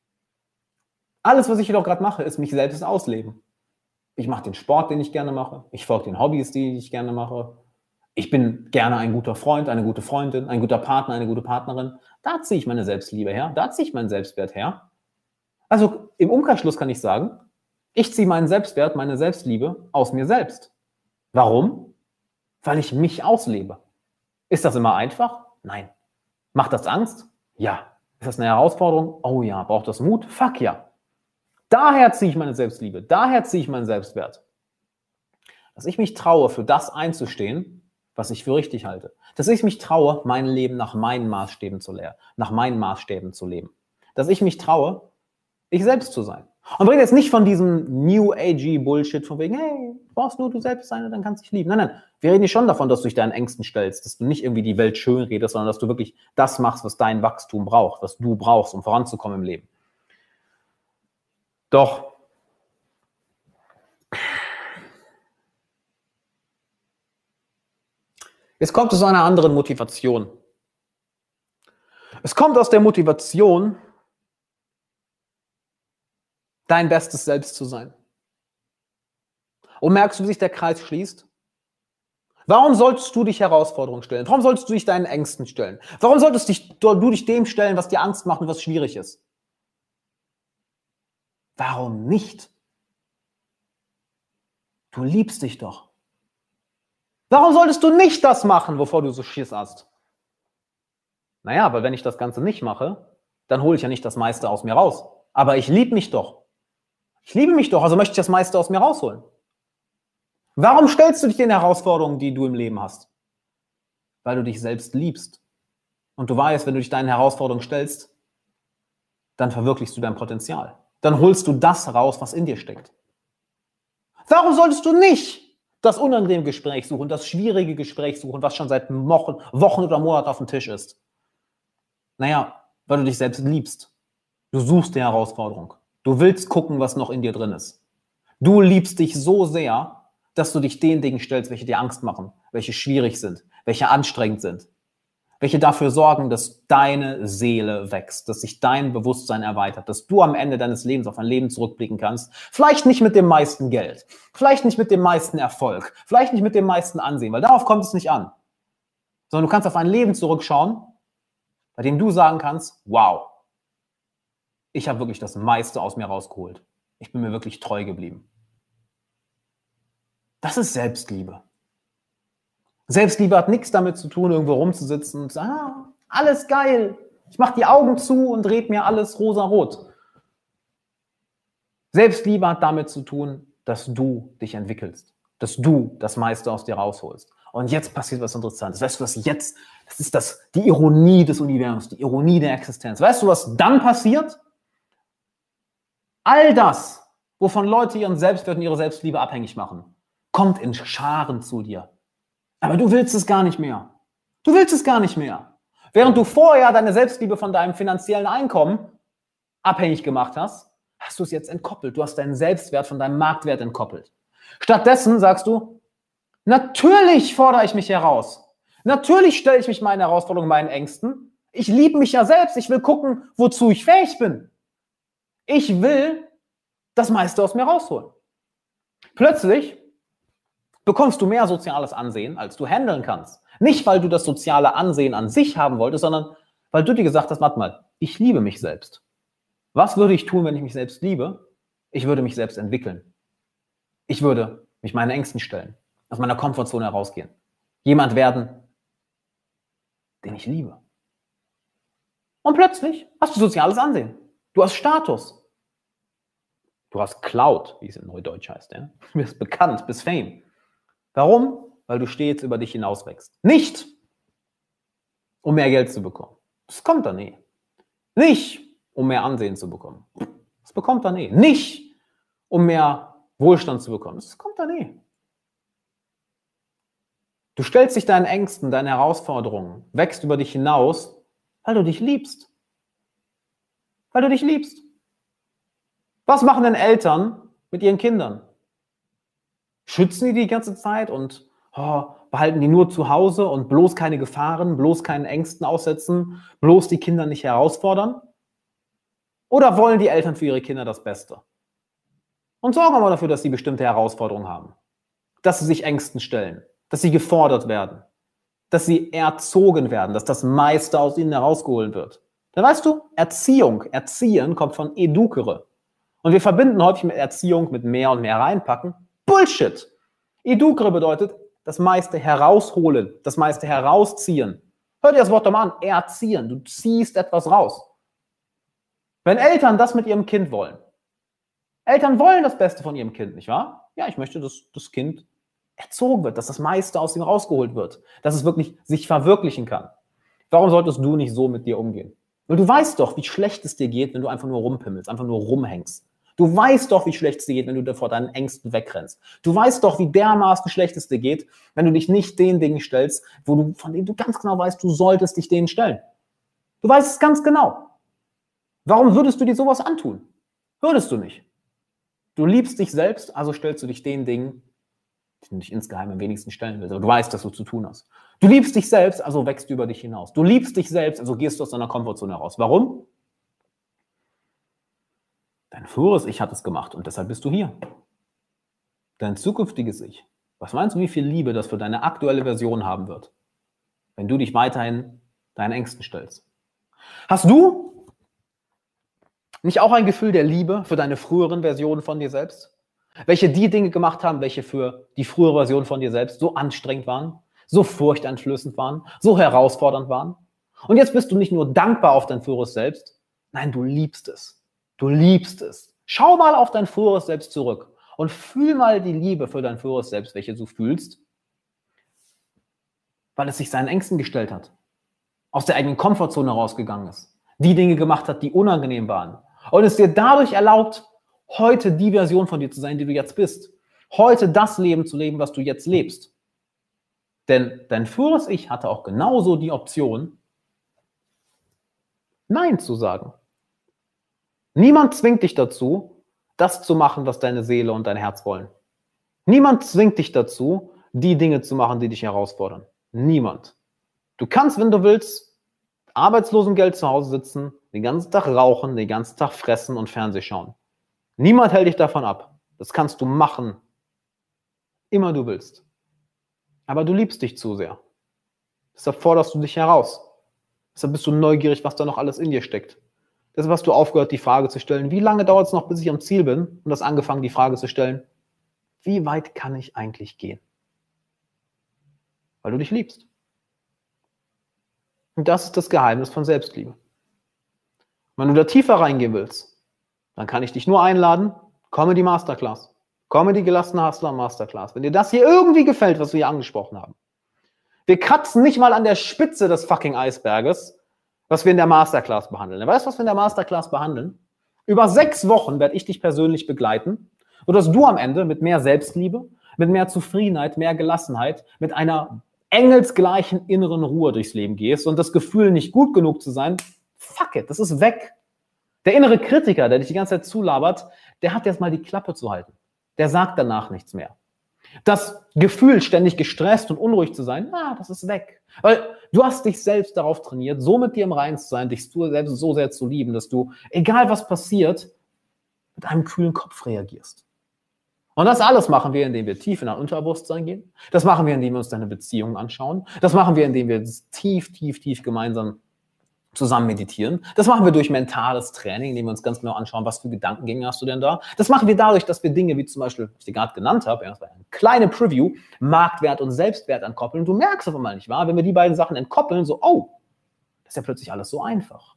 alles, was ich hier doch gerade mache, ist mich selbst ausleben. Ich mache den Sport, den ich gerne mache, ich folge den Hobbys, die ich gerne mache. Ich bin gerne ein guter Freund, eine gute Freundin, ein guter Partner, eine gute Partnerin. Da ziehe ich meine Selbstliebe her, da ziehe ich meinen Selbstwert her. Also im Umkehrschluss kann ich sagen, ich ziehe meinen Selbstwert, meine Selbstliebe aus mir selbst. Warum? Weil ich mich auslebe. Ist das immer einfach? Nein. Macht das Angst? Ja. Ist das eine Herausforderung? Oh ja. Braucht das Mut? Fuck ja. Daher ziehe ich meine Selbstliebe, daher ziehe ich meinen Selbstwert. Dass ich mich traue, für das einzustehen, was ich für richtig halte. Dass ich mich traue, mein Leben nach meinen Maßstäben zu leben. Dass ich mich traue, ich selbst zu sein. Und rede jetzt nicht von diesem New Agey Bullshit von wegen, hey, du brauchst nur du selbst sein und dann kannst du dich lieben. Nein, nein, wir reden hier schon davon, dass du dich deinen Ängsten stellst, dass du nicht irgendwie die Welt schön redest, sondern dass du wirklich das machst, was dein Wachstum braucht, was du brauchst, um voranzukommen im Leben. Doch jetzt kommt es zu einer anderen Motivation. Es kommt aus der Motivation, dein bestes Selbst zu sein. Und merkst du, wie sich der Kreis schließt? Warum solltest du dich Herausforderungen stellen? Warum solltest du dich deinen Ängsten stellen? Warum solltest du dich dem stellen, was dir Angst macht und was schwierig ist? Warum nicht? Du liebst dich doch. Warum solltest du nicht das machen, wovor du so Schiss hast? Naja, aber wenn ich das Ganze nicht mache, dann hole ich ja nicht das meiste aus mir raus. Aber ich liebe mich doch. Ich liebe mich doch, also möchte ich das meiste aus mir rausholen. Warum stellst du dich den Herausforderungen, die du im Leben hast? Weil du dich selbst liebst. Und du weißt, wenn du dich deinen Herausforderungen stellst, dann verwirklichst du dein Potenzial. Dann holst du das raus, was in dir steckt. Warum solltest du nicht das unangenehme Gespräch suchen, das schwierige Gespräch suchen, was schon seit Wochen oder Monaten auf dem Tisch ist? Naja, weil du dich selbst liebst. Du suchst die Herausforderung. Du willst gucken, was noch in dir drin ist. Du liebst dich so sehr, dass du dich den Dingen stellst, welche dir Angst machen, welche schwierig sind, welche anstrengend sind, welche dafür sorgen, dass deine Seele wächst, dass sich dein Bewusstsein erweitert, dass du am Ende deines Lebens auf ein Leben zurückblicken kannst. Vielleicht nicht mit dem meisten Geld, vielleicht nicht mit dem meisten Erfolg, vielleicht nicht mit dem meisten Ansehen, weil darauf kommt es nicht an. Sondern du kannst auf ein Leben zurückschauen, bei dem du sagen kannst, wow, ich habe wirklich das meiste aus mir rausgeholt. Ich bin mir wirklich treu geblieben. Das ist Selbstliebe. Selbstliebe hat nichts damit zu tun, irgendwo rumzusitzen und zu sagen, alles geil. Ich mache die Augen zu und red mir alles rosarot. Selbstliebe hat damit zu tun, dass du dich entwickelst, dass du das meiste aus dir rausholst. Und jetzt passiert was Interessantes. Weißt du, was jetzt, das ist die Ironie des Universums, die Ironie der Existenz. Weißt du, was dann passiert? All das, wovon Leute ihren Selbstwert und ihre Selbstliebe abhängig machen, kommt in Scharen zu dir. Aber du willst es gar nicht mehr. Du willst es gar nicht mehr. Während du vorher deine Selbstliebe von deinem finanziellen Einkommen abhängig gemacht hast, hast du es jetzt entkoppelt. Du hast deinen Selbstwert von deinem Marktwert entkoppelt. Stattdessen sagst du, natürlich fordere ich mich heraus. Natürlich stelle ich mich meinen Herausforderungen, meinen Ängsten. Ich liebe mich ja selbst. Ich will gucken, wozu ich fähig bin. Ich will das meiste aus mir rausholen. Plötzlich bekommst du mehr soziales Ansehen, als du handeln kannst. Nicht, weil du das soziale Ansehen an sich haben wolltest, sondern weil du dir gesagt hast, warte mal, ich liebe mich selbst. Was würde ich tun, wenn ich mich selbst liebe? Ich würde mich selbst entwickeln. Ich würde mich meinen Ängsten stellen, aus meiner Komfortzone herausgehen. Jemand werden, den ich liebe. Und plötzlich hast du soziales Ansehen. Du hast Status. Du hast Clout, wie es in Neudeutsch heißt. Ja? Du bist bekannt, bist Fame. Warum? Weil du stets über dich hinaus wächst. Nicht, um mehr Geld zu bekommen. Das kommt dann eh. Nicht, um mehr Ansehen zu bekommen. Das bekommt dann eh. Nicht, um mehr Wohlstand zu bekommen. Das kommt dann eh. Du stellst dich deinen Ängsten, deinen Herausforderungen, wächst über dich hinaus, weil du dich liebst. Weil du dich liebst. Was machen denn Eltern mit ihren Kindern? Schützen die ganze Zeit und behalten die nur zu Hause und bloß keine Gefahren, bloß keinen Ängsten aussetzen, bloß die Kinder nicht herausfordern? Oder wollen die Eltern für ihre Kinder das Beste? Und sorgen aber dafür, dass sie bestimmte Herausforderungen haben. Dass sie sich Ängsten stellen, dass sie gefordert werden, dass sie erzogen werden, dass das meiste aus ihnen herausgeholt wird. Dann weißt du, Erziehen kommt von educere. Und wir verbinden häufig mit Erziehung mit mehr und mehr reinpacken. Bullshit! Educere bedeutet das meiste herausholen, das meiste herausziehen. Hör dir das Wort doch mal an, erziehen. Du ziehst etwas raus. Wenn Eltern das mit ihrem Kind wollen, Eltern wollen das Beste von ihrem Kind, nicht wahr? Ja, ich möchte, dass das Kind erzogen wird, dass das meiste aus ihm rausgeholt wird, dass es wirklich sich verwirklichen kann. Warum solltest du nicht so mit dir umgehen? Weil du weißt doch, wie schlecht es dir geht, wenn du einfach nur rumpimmelst, einfach nur rumhängst. Du weißt doch, wie schlecht es dir geht, wenn du vor deinen Ängsten wegrennst. Du weißt doch, wie dermaßen schlecht es dir geht, wenn du dich nicht den Dingen stellst, von denen du ganz genau weißt, du solltest dich denen stellen. Du weißt es ganz genau. Warum würdest du dir sowas antun? Würdest du nicht. Du liebst dich selbst, also stellst du dich den Dingen, die du dich insgeheim am wenigsten stellen willst, aber du weißt, dass du zu tun hast. Du liebst dich selbst, also wächst du über dich hinaus. Du liebst dich selbst, also gehst du aus deiner Komfortzone heraus. Warum? Dein früheres Ich hat es gemacht und deshalb bist du hier. Dein zukünftiges Ich. Was meinst du, wie viel Liebe das für deine aktuelle Version haben wird, wenn du dich weiterhin deinen Ängsten stellst? Hast du nicht auch ein Gefühl der Liebe für deine früheren Versionen von dir selbst? Welche die Dinge gemacht haben, welche für die frühere Version von dir selbst so anstrengend waren, so furchteinflößend waren, so herausfordernd waren? Und jetzt bist du nicht nur dankbar auf dein früheres Selbst, nein, du liebst es. Du liebst es. Schau mal auf dein früheres Selbst zurück und fühl mal die Liebe für dein früheres Selbst, welche du fühlst, weil es sich seinen Ängsten gestellt hat, aus der eigenen Komfortzone rausgegangen ist, die Dinge gemacht hat, die unangenehm waren und es dir dadurch erlaubt, heute die Version von dir zu sein, die du jetzt bist. Heute das Leben zu leben, was du jetzt lebst. Denn dein früheres Ich hatte auch genauso die Option, Nein zu sagen. Niemand zwingt dich dazu, das zu machen, was deine Seele und dein Herz wollen. Niemand zwingt dich dazu, die Dinge zu machen, die dich herausfordern. Niemand. Du kannst, wenn du willst, Arbeitslosengeld zu Hause sitzen, den ganzen Tag rauchen, den ganzen Tag fressen und Fernseh schauen. Niemand hält dich davon ab. Das kannst du machen, immer du willst. Aber du liebst dich zu sehr. Deshalb forderst du dich heraus. Deshalb bist du neugierig, was da noch alles in dir steckt. Deshalb hast du aufgehört, die Frage zu stellen, wie lange dauert es noch, bis ich am Ziel bin? Und hast angefangen, die Frage zu stellen, wie weit kann ich eigentlich gehen? Weil du dich liebst. Und das ist das Geheimnis von Selbstliebe. Wenn du da tiefer reingehen willst, dann kann ich dich nur einladen, komm in die Masterclass. Comedy gelassener Hustler Masterclass. Wenn dir das hier irgendwie gefällt, was wir hier angesprochen haben. Wir kratzen nicht mal an der Spitze des fucking Eisberges, was wir in der Masterclass behandeln. Weißt du, was wir in der Masterclass behandeln? Über 6 Wochen werde ich dich persönlich begleiten, sodass du am Ende mit mehr Selbstliebe, mit mehr Zufriedenheit, mehr Gelassenheit, mit einer engelsgleichen inneren Ruhe durchs Leben gehst und das Gefühl, nicht gut genug zu sein, fuck it, das ist weg. Der innere Kritiker, der dich die ganze Zeit zulabert, der hat jetzt mal die Klappe zu halten. Der sagt danach nichts mehr. Das Gefühl, ständig gestresst und unruhig zu sein, das ist weg. Weil du hast dich selbst darauf trainiert, so mit dir im Reinen zu sein, dich selbst so sehr zu lieben, dass du, egal was passiert, mit einem kühlen Kopf reagierst. Und das alles machen wir, indem wir tief in dein Unterbewusstsein gehen. Das machen wir, indem wir uns deine Beziehungen anschauen. Das machen wir, indem wir tief gemeinsam zusammen meditieren. Das machen wir durch mentales Training, indem wir uns ganz genau anschauen, was für Gedankengänge hast du denn da. Das machen wir dadurch, dass wir Dinge wie zum Beispiel, was ich dir gerade genannt habe, das war eine kleine Preview, Marktwert und Selbstwert ankoppeln. Und du merkst auf einmal nicht wahr, wenn wir die beiden Sachen entkoppeln, so, das ist ja plötzlich alles so einfach.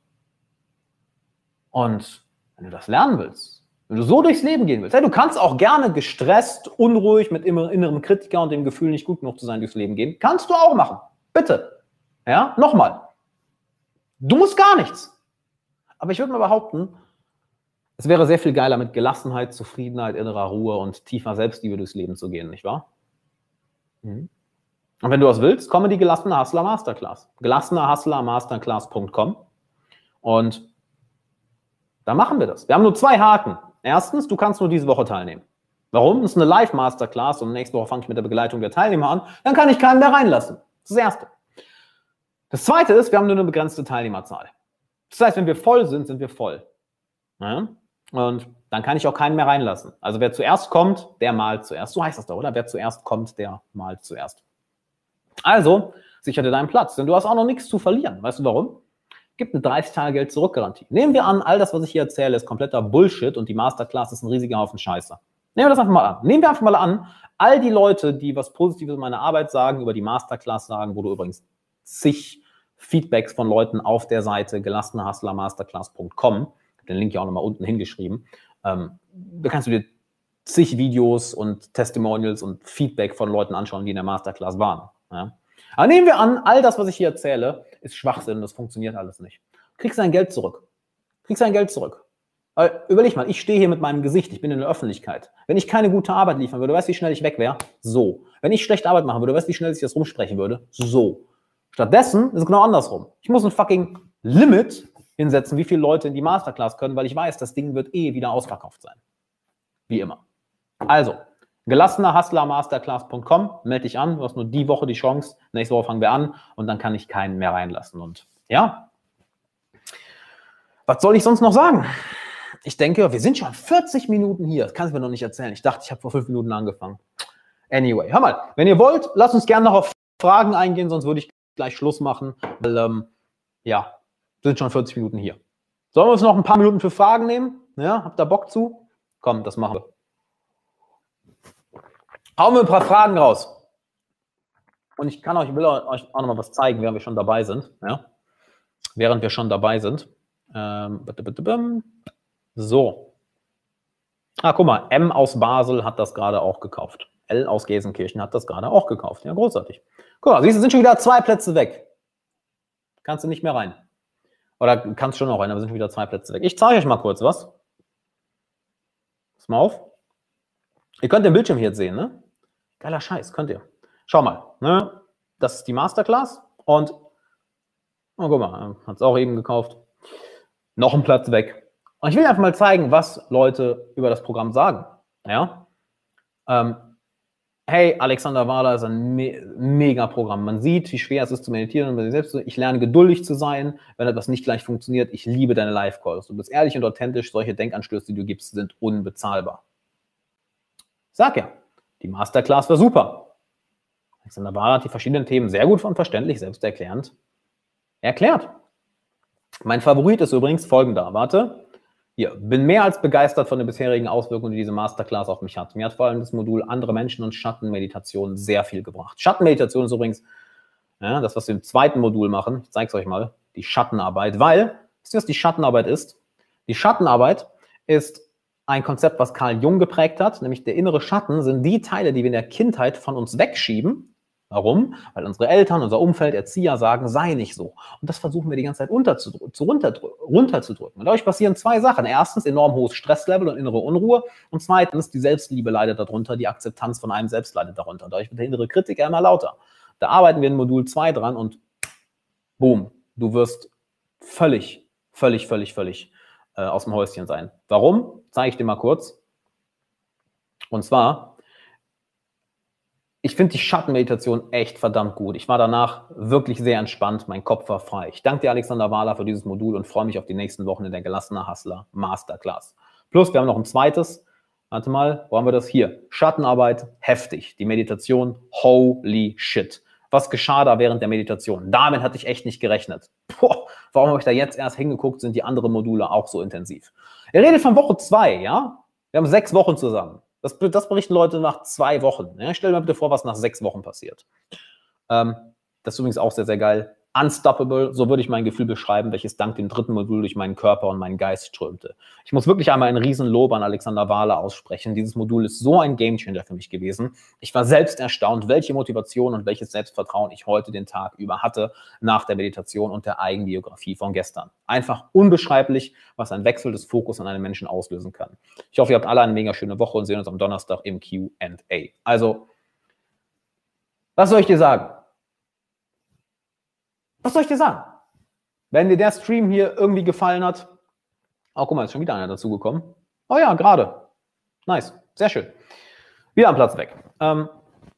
Und wenn du das lernen willst, wenn du so durchs Leben gehen willst, du kannst auch gerne gestresst, unruhig, mit innerem Kritiker und dem Gefühl, nicht gut genug zu sein, durchs Leben gehen. Kannst du auch machen. Bitte. Ja, nochmal. Du musst gar nichts. Aber ich würde mal behaupten, es wäre sehr viel geiler, mit Gelassenheit, Zufriedenheit, innerer Ruhe und tiefer Selbstliebe durchs Leben zu gehen, nicht wahr? Und wenn du was willst, komme die Gelassener Hustler Masterclass. gelassenerhustlermasterclass.com und da machen wir das. Wir haben nur 2 Haken. Erstens, du kannst nur diese Woche teilnehmen. Warum? Das ist eine Live-Masterclass und nächste Woche fange ich mit der Begleitung der Teilnehmer an. Dann kann ich keinen mehr reinlassen. Das ist das Erste. Das Zweite ist, wir haben nur eine begrenzte Teilnehmerzahl. Das heißt, wenn wir voll sind, sind wir voll. Ja? Und dann kann ich auch keinen mehr reinlassen. Also wer zuerst kommt, der malt zuerst. So heißt das doch, oder? Wer zuerst kommt, der malt zuerst. Also, sichere dir deinen Platz, denn du hast auch noch nichts zu verlieren. Weißt du warum? Gibt eine 30-Tage-Geld-Zurück-Garantie. Nehmen wir an, all das, was ich hier erzähle, ist kompletter Bullshit und die Masterclass ist ein riesiger Haufen Scheiße. Nehmen wir das einfach mal an. Nehmen wir einfach mal an, all die Leute, die was Positives in meiner Arbeit sagen, über die Masterclass sagen, wo du übrigens zig Feedbacks von Leuten auf der Seite gelassenerhustlermasterclass.com, den Link ja auch nochmal unten hingeschrieben, da kannst du dir zig Videos und Testimonials und Feedback von Leuten anschauen, die in der Masterclass waren. Ja? Aber nehmen wir an, all das, was ich hier erzähle, ist Schwachsinn, das funktioniert alles nicht. Du kriegst dein Geld zurück. Weil, überleg mal, ich stehe hier mit meinem Gesicht, ich bin in der Öffentlichkeit. Wenn ich keine gute Arbeit liefern würde, weißt du, wie schnell ich weg wäre? So. Wenn ich schlechte Arbeit machen würde, weißt du, wie schnell ich das rumsprechen würde? So. Stattdessen ist es genau andersrum. Ich muss ein fucking Limit hinsetzen, wie viele Leute in die Masterclass können, weil ich weiß, das Ding wird wieder ausverkauft sein. Wie immer. Also, gelassenerhustlermasterclass.com, melde dich an, du hast nur die Woche die Chance, nächste Woche fangen wir an und dann kann ich keinen mehr reinlassen. Und ja, was soll ich sonst noch sagen? Ich denke, wir sind schon 40 Minuten hier, das kannst du mir noch nicht erzählen. Ich dachte, ich habe vor 5 Minuten angefangen. Anyway, hör mal, wenn ihr wollt, lasst uns gerne noch auf Fragen eingehen, sonst würde ich gleich Schluss machen, weil, ja, sind schon 40 Minuten hier. Sollen wir uns noch ein paar Minuten für Fragen nehmen? Ja, habt ihr Bock zu? Komm, das machen wir. Hauen wir ein paar Fragen raus. Und ich will euch auch noch mal was zeigen, während wir schon dabei sind. Ja? So. Guck mal, M aus Basel hat das gerade auch gekauft. L aus Gelsenkirchen hat das gerade auch gekauft. Ja, großartig. Guck mal, siehst du, sind schon wieder 2 Plätze weg. Kannst du nicht mehr rein. Oder kannst schon noch rein, aber sind schon wieder 2 Plätze weg. Ich zeige euch mal kurz was. Pass mal auf. Ihr könnt den Bildschirm hier jetzt sehen, ne? Geiler Scheiß, könnt ihr. Schau mal, ne? Das ist die Masterclass und guck mal, hat es auch eben gekauft. Noch ein Platz weg. Und ich will einfach mal zeigen, was Leute über das Programm sagen. Ja? Hey, Alexander Wahler ist ein mega Programm. Man sieht, wie schwer es ist zu meditieren und bei sich selbst. Ich lerne geduldig zu sein, wenn etwas nicht gleich funktioniert. Ich liebe deine Live-Calls. Du bist ehrlich und authentisch. Solche Denkanstöße, die du gibst, sind unbezahlbar. Sag ja, die Masterclass war super. Alexander Wahler hat die verschiedenen Themen sehr gut und verständlich, selbsterklärend erklärt. Mein Favorit ist übrigens folgender. Warte. Hier, bin mehr als begeistert von den bisherigen Auswirkungen, die diese Masterclass auf mich hat. Mir hat vor allem das Modul andere Menschen und Schattenmeditation sehr viel gebracht. Schattenmeditation ist übrigens das, was wir im zweiten Modul machen. Ich zeige es euch mal. Die Schattenarbeit. Weil, wisst ihr, was die Schattenarbeit ist? Die Schattenarbeit ist ein Konzept, was Carl Jung geprägt hat, nämlich der innere Schatten sind die Teile, die wir in der Kindheit von uns wegschieben. Warum? Weil unsere Eltern, unser Umfeld, Erzieher sagen, sei nicht so. Und das versuchen wir die ganze Zeit runterzudrücken. Und dadurch passieren zwei Sachen. Erstens enorm hohes Stresslevel und innere Unruhe. Und zweitens, die Selbstliebe leidet darunter, die Akzeptanz von einem selbst leidet darunter. Dadurch wird der innere Kritiker immer lauter. Da arbeiten wir in Modul 2 dran und boom, du wirst völlig aus dem Häuschen sein. Warum? Zeige ich dir mal kurz. Und zwar, ich finde die Schattenmeditation echt verdammt gut. Ich war danach wirklich sehr entspannt, mein Kopf war frei. Ich danke dir, Alexander Wahler, für dieses Modul und freue mich auf die nächsten Wochen in der Gelassener Hustler Masterclass. Plus, wir haben noch ein zweites. Warte mal, wo haben wir das? Hier. Schattenarbeit, heftig. Die Meditation, holy shit. Was geschah da während der Meditation? Damit hatte ich echt nicht gerechnet. Boah, warum habe ich da jetzt erst hingeguckt? Sind die anderen Module auch so intensiv? Ihr redet von Woche 2, ja? Wir haben 6 Wochen zusammen. Das berichten Leute nach 2 Wochen. Ja? Stell dir mal bitte vor, was nach 6 Wochen passiert. Das ist übrigens auch sehr, sehr geil. Unstoppable, so würde ich mein Gefühl beschreiben, welches dank dem 3. Modul durch meinen Körper und meinen Geist strömte. Ich muss wirklich einmal ein Riesenlob an Alexander Wahler aussprechen. Dieses Modul ist so ein Gamechanger für mich gewesen. Ich war selbst erstaunt, welche Motivation und welches Selbstvertrauen ich heute den Tag über hatte nach der Meditation und der Eigenbiografie von gestern. Einfach unbeschreiblich, was ein Wechsel des Fokus an einem Menschen auslösen kann. Ich hoffe, ihr habt alle eine mega schöne Woche und sehen uns am Donnerstag im Q&A. Also, was soll ich dir sagen? Was soll ich dir sagen? Wenn dir der Stream hier irgendwie gefallen hat, oh, guck mal, ist schon wieder einer dazugekommen. Oh ja, gerade. Nice, sehr schön. Wieder am Platz weg. Was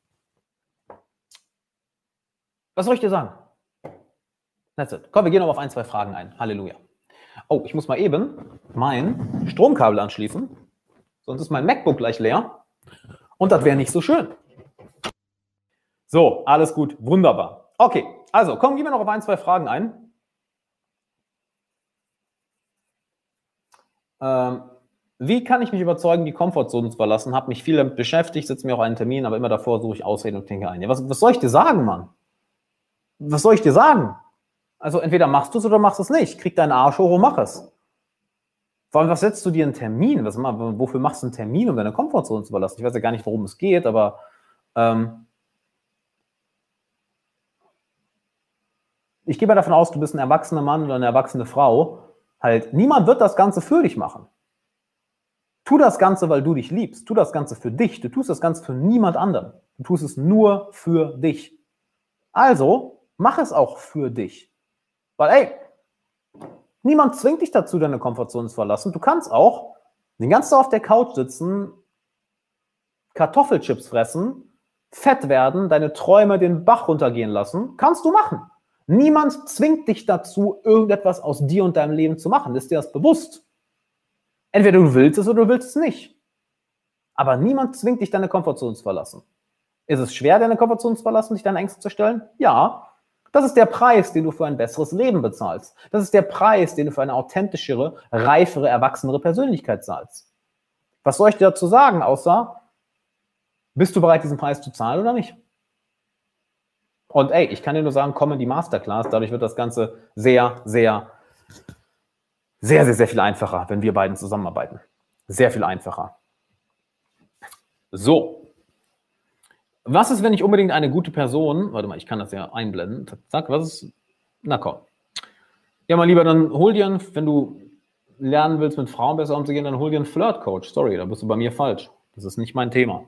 soll ich dir sagen? That's it. Komm, wir gehen noch auf 1, 2 Fragen ein. Halleluja. Oh, ich muss mal eben mein Stromkabel anschließen. Sonst ist mein MacBook gleich leer. Und das wäre nicht so schön. So, alles gut. Wunderbar. Okay, also komm, gehen wir noch auf 1, 2 Fragen ein. Wie kann ich mich überzeugen, die Komfortzone zu verlassen? Habe mich viel damit beschäftigt, setze mir auch einen Termin, aber immer davor suche ich Ausreden und denke ein. Ja, was soll ich dir sagen, Mann? Was soll ich dir sagen? Also entweder machst du es oder machst es nicht. Krieg deinen Arsch hoch und mach es. Vor allem, was setzt du dir einen Termin? Wofür machst du einen Termin, um deine Komfortzone zu verlassen? Ich weiß ja gar nicht, worum es geht, aber ich gehe mal davon aus, du bist ein erwachsener Mann oder eine erwachsene Frau. Halt, niemand wird das Ganze für dich machen. Tu das Ganze, weil du dich liebst. Tu das Ganze für dich. Du tust das Ganze für niemand anderen. Du tust es nur für dich. Also, mach es auch für dich. Weil, ey, niemand zwingt dich dazu, deine Komfortzone zu verlassen. Du kannst auch den ganzen Tag auf der Couch sitzen, Kartoffelchips fressen, fett werden, deine Träume den Bach runtergehen lassen. Kannst du machen. Niemand zwingt dich dazu, irgendetwas aus dir und deinem Leben zu machen. Ist dir das bewusst? Entweder du willst es oder du willst es nicht. Aber niemand zwingt dich, deine Komfortzone zu verlassen. Ist es schwer, deine Komfortzone zu verlassen, dich deinen Ängsten zu stellen? Ja. Das ist der Preis, den du für ein besseres Leben bezahlst. Das ist der Preis, den du für eine authentischere, reifere, erwachsenere Persönlichkeit zahlst. Was soll ich dir dazu sagen, außer, bist du bereit, diesen Preis zu zahlen oder nicht? Und ey, ich kann dir nur sagen, komm in die Masterclass, dadurch wird das Ganze sehr, sehr, sehr, sehr, sehr viel einfacher, wenn wir beiden zusammenarbeiten. Sehr viel einfacher. So. Was ist, wenn ich unbedingt eine gute Person, warte mal, ich kann das ja einblenden, zack, was ist, na komm. Ja, mein Lieber, dann hol dir, wenn du lernen willst, mit Frauen besser umzugehen, dann hol dir einen Flirt-Coach. Sorry, da bist du bei mir falsch. Das ist nicht mein Thema.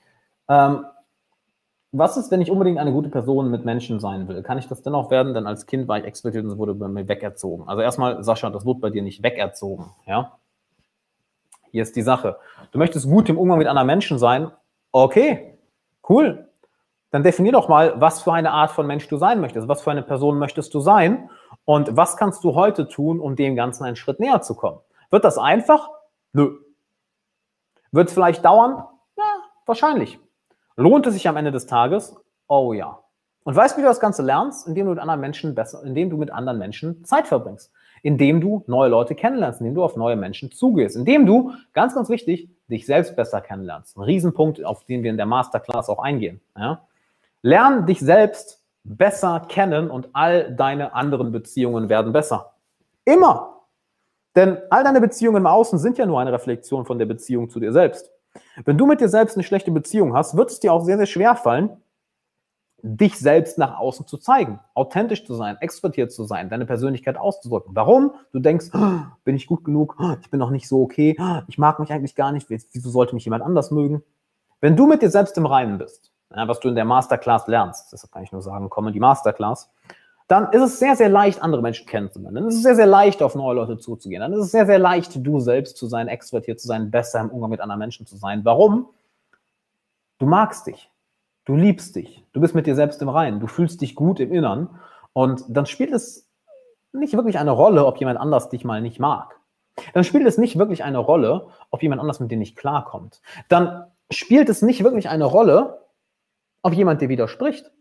Was ist, wenn ich unbedingt eine gute Person mit Menschen sein will? Kann ich das dennoch werden? Denn als Kind war ich explizit und wurde bei mir wegerzogen. Also erstmal, Sascha, das wurde bei dir nicht wegerzogen. Ja? Hier ist die Sache. Du möchtest gut im Umgang mit anderen Menschen sein. Okay, cool. Dann definier doch mal, was für eine Art von Mensch du sein möchtest. Was für eine Person möchtest du sein? Und was kannst du heute tun, um dem Ganzen einen Schritt näher zu kommen? Wird das einfach? Nö. Wird es vielleicht dauern? Ja, wahrscheinlich. Lohnt es sich am Ende des Tages? Oh ja. Und weißt du, wie du das Ganze lernst? Indem du mit anderen Menschen Zeit verbringst. Indem du neue Leute kennenlernst, indem du auf neue Menschen zugehst, indem du, ganz, ganz wichtig, dich selbst besser kennenlernst. Ein Riesenpunkt, auf den wir in der Masterclass auch eingehen. Ja? Lern dich selbst besser kennen und all deine anderen Beziehungen werden besser. Immer. Denn all deine Beziehungen im Außen sind ja nur eine Reflexion von der Beziehung zu dir selbst. Wenn du mit dir selbst eine schlechte Beziehung hast, wird es dir auch sehr, sehr schwer fallen, dich selbst nach außen zu zeigen, authentisch zu sein, extrovertiert zu sein, deine Persönlichkeit auszudrücken. Warum? Du denkst, bin ich gut genug? Ich bin noch nicht so okay. Ich mag mich eigentlich gar nicht. Wieso sollte mich jemand anders mögen? Wenn du mit dir selbst im Reinen bist, was du in der Masterclass lernst, das kann ich nur sagen, komm in die Masterclass, dann ist es sehr, sehr leicht, andere Menschen kennenzulernen. Dann ist es sehr, sehr leicht, auf neue Leute zuzugehen. Dann ist es sehr, sehr leicht, du selbst zu sein, extrovertiert zu sein, besser im Umgang mit anderen Menschen zu sein. Warum? Du magst dich. Du liebst dich. Du bist mit dir selbst im Reinen. Du fühlst dich gut im Innern. Und dann spielt es nicht wirklich eine Rolle, ob jemand anders dich mal nicht mag. Dann spielt es nicht wirklich eine Rolle, ob jemand anders mit dir nicht klarkommt. Dann spielt es nicht wirklich eine Rolle, ob jemand dir widerspricht.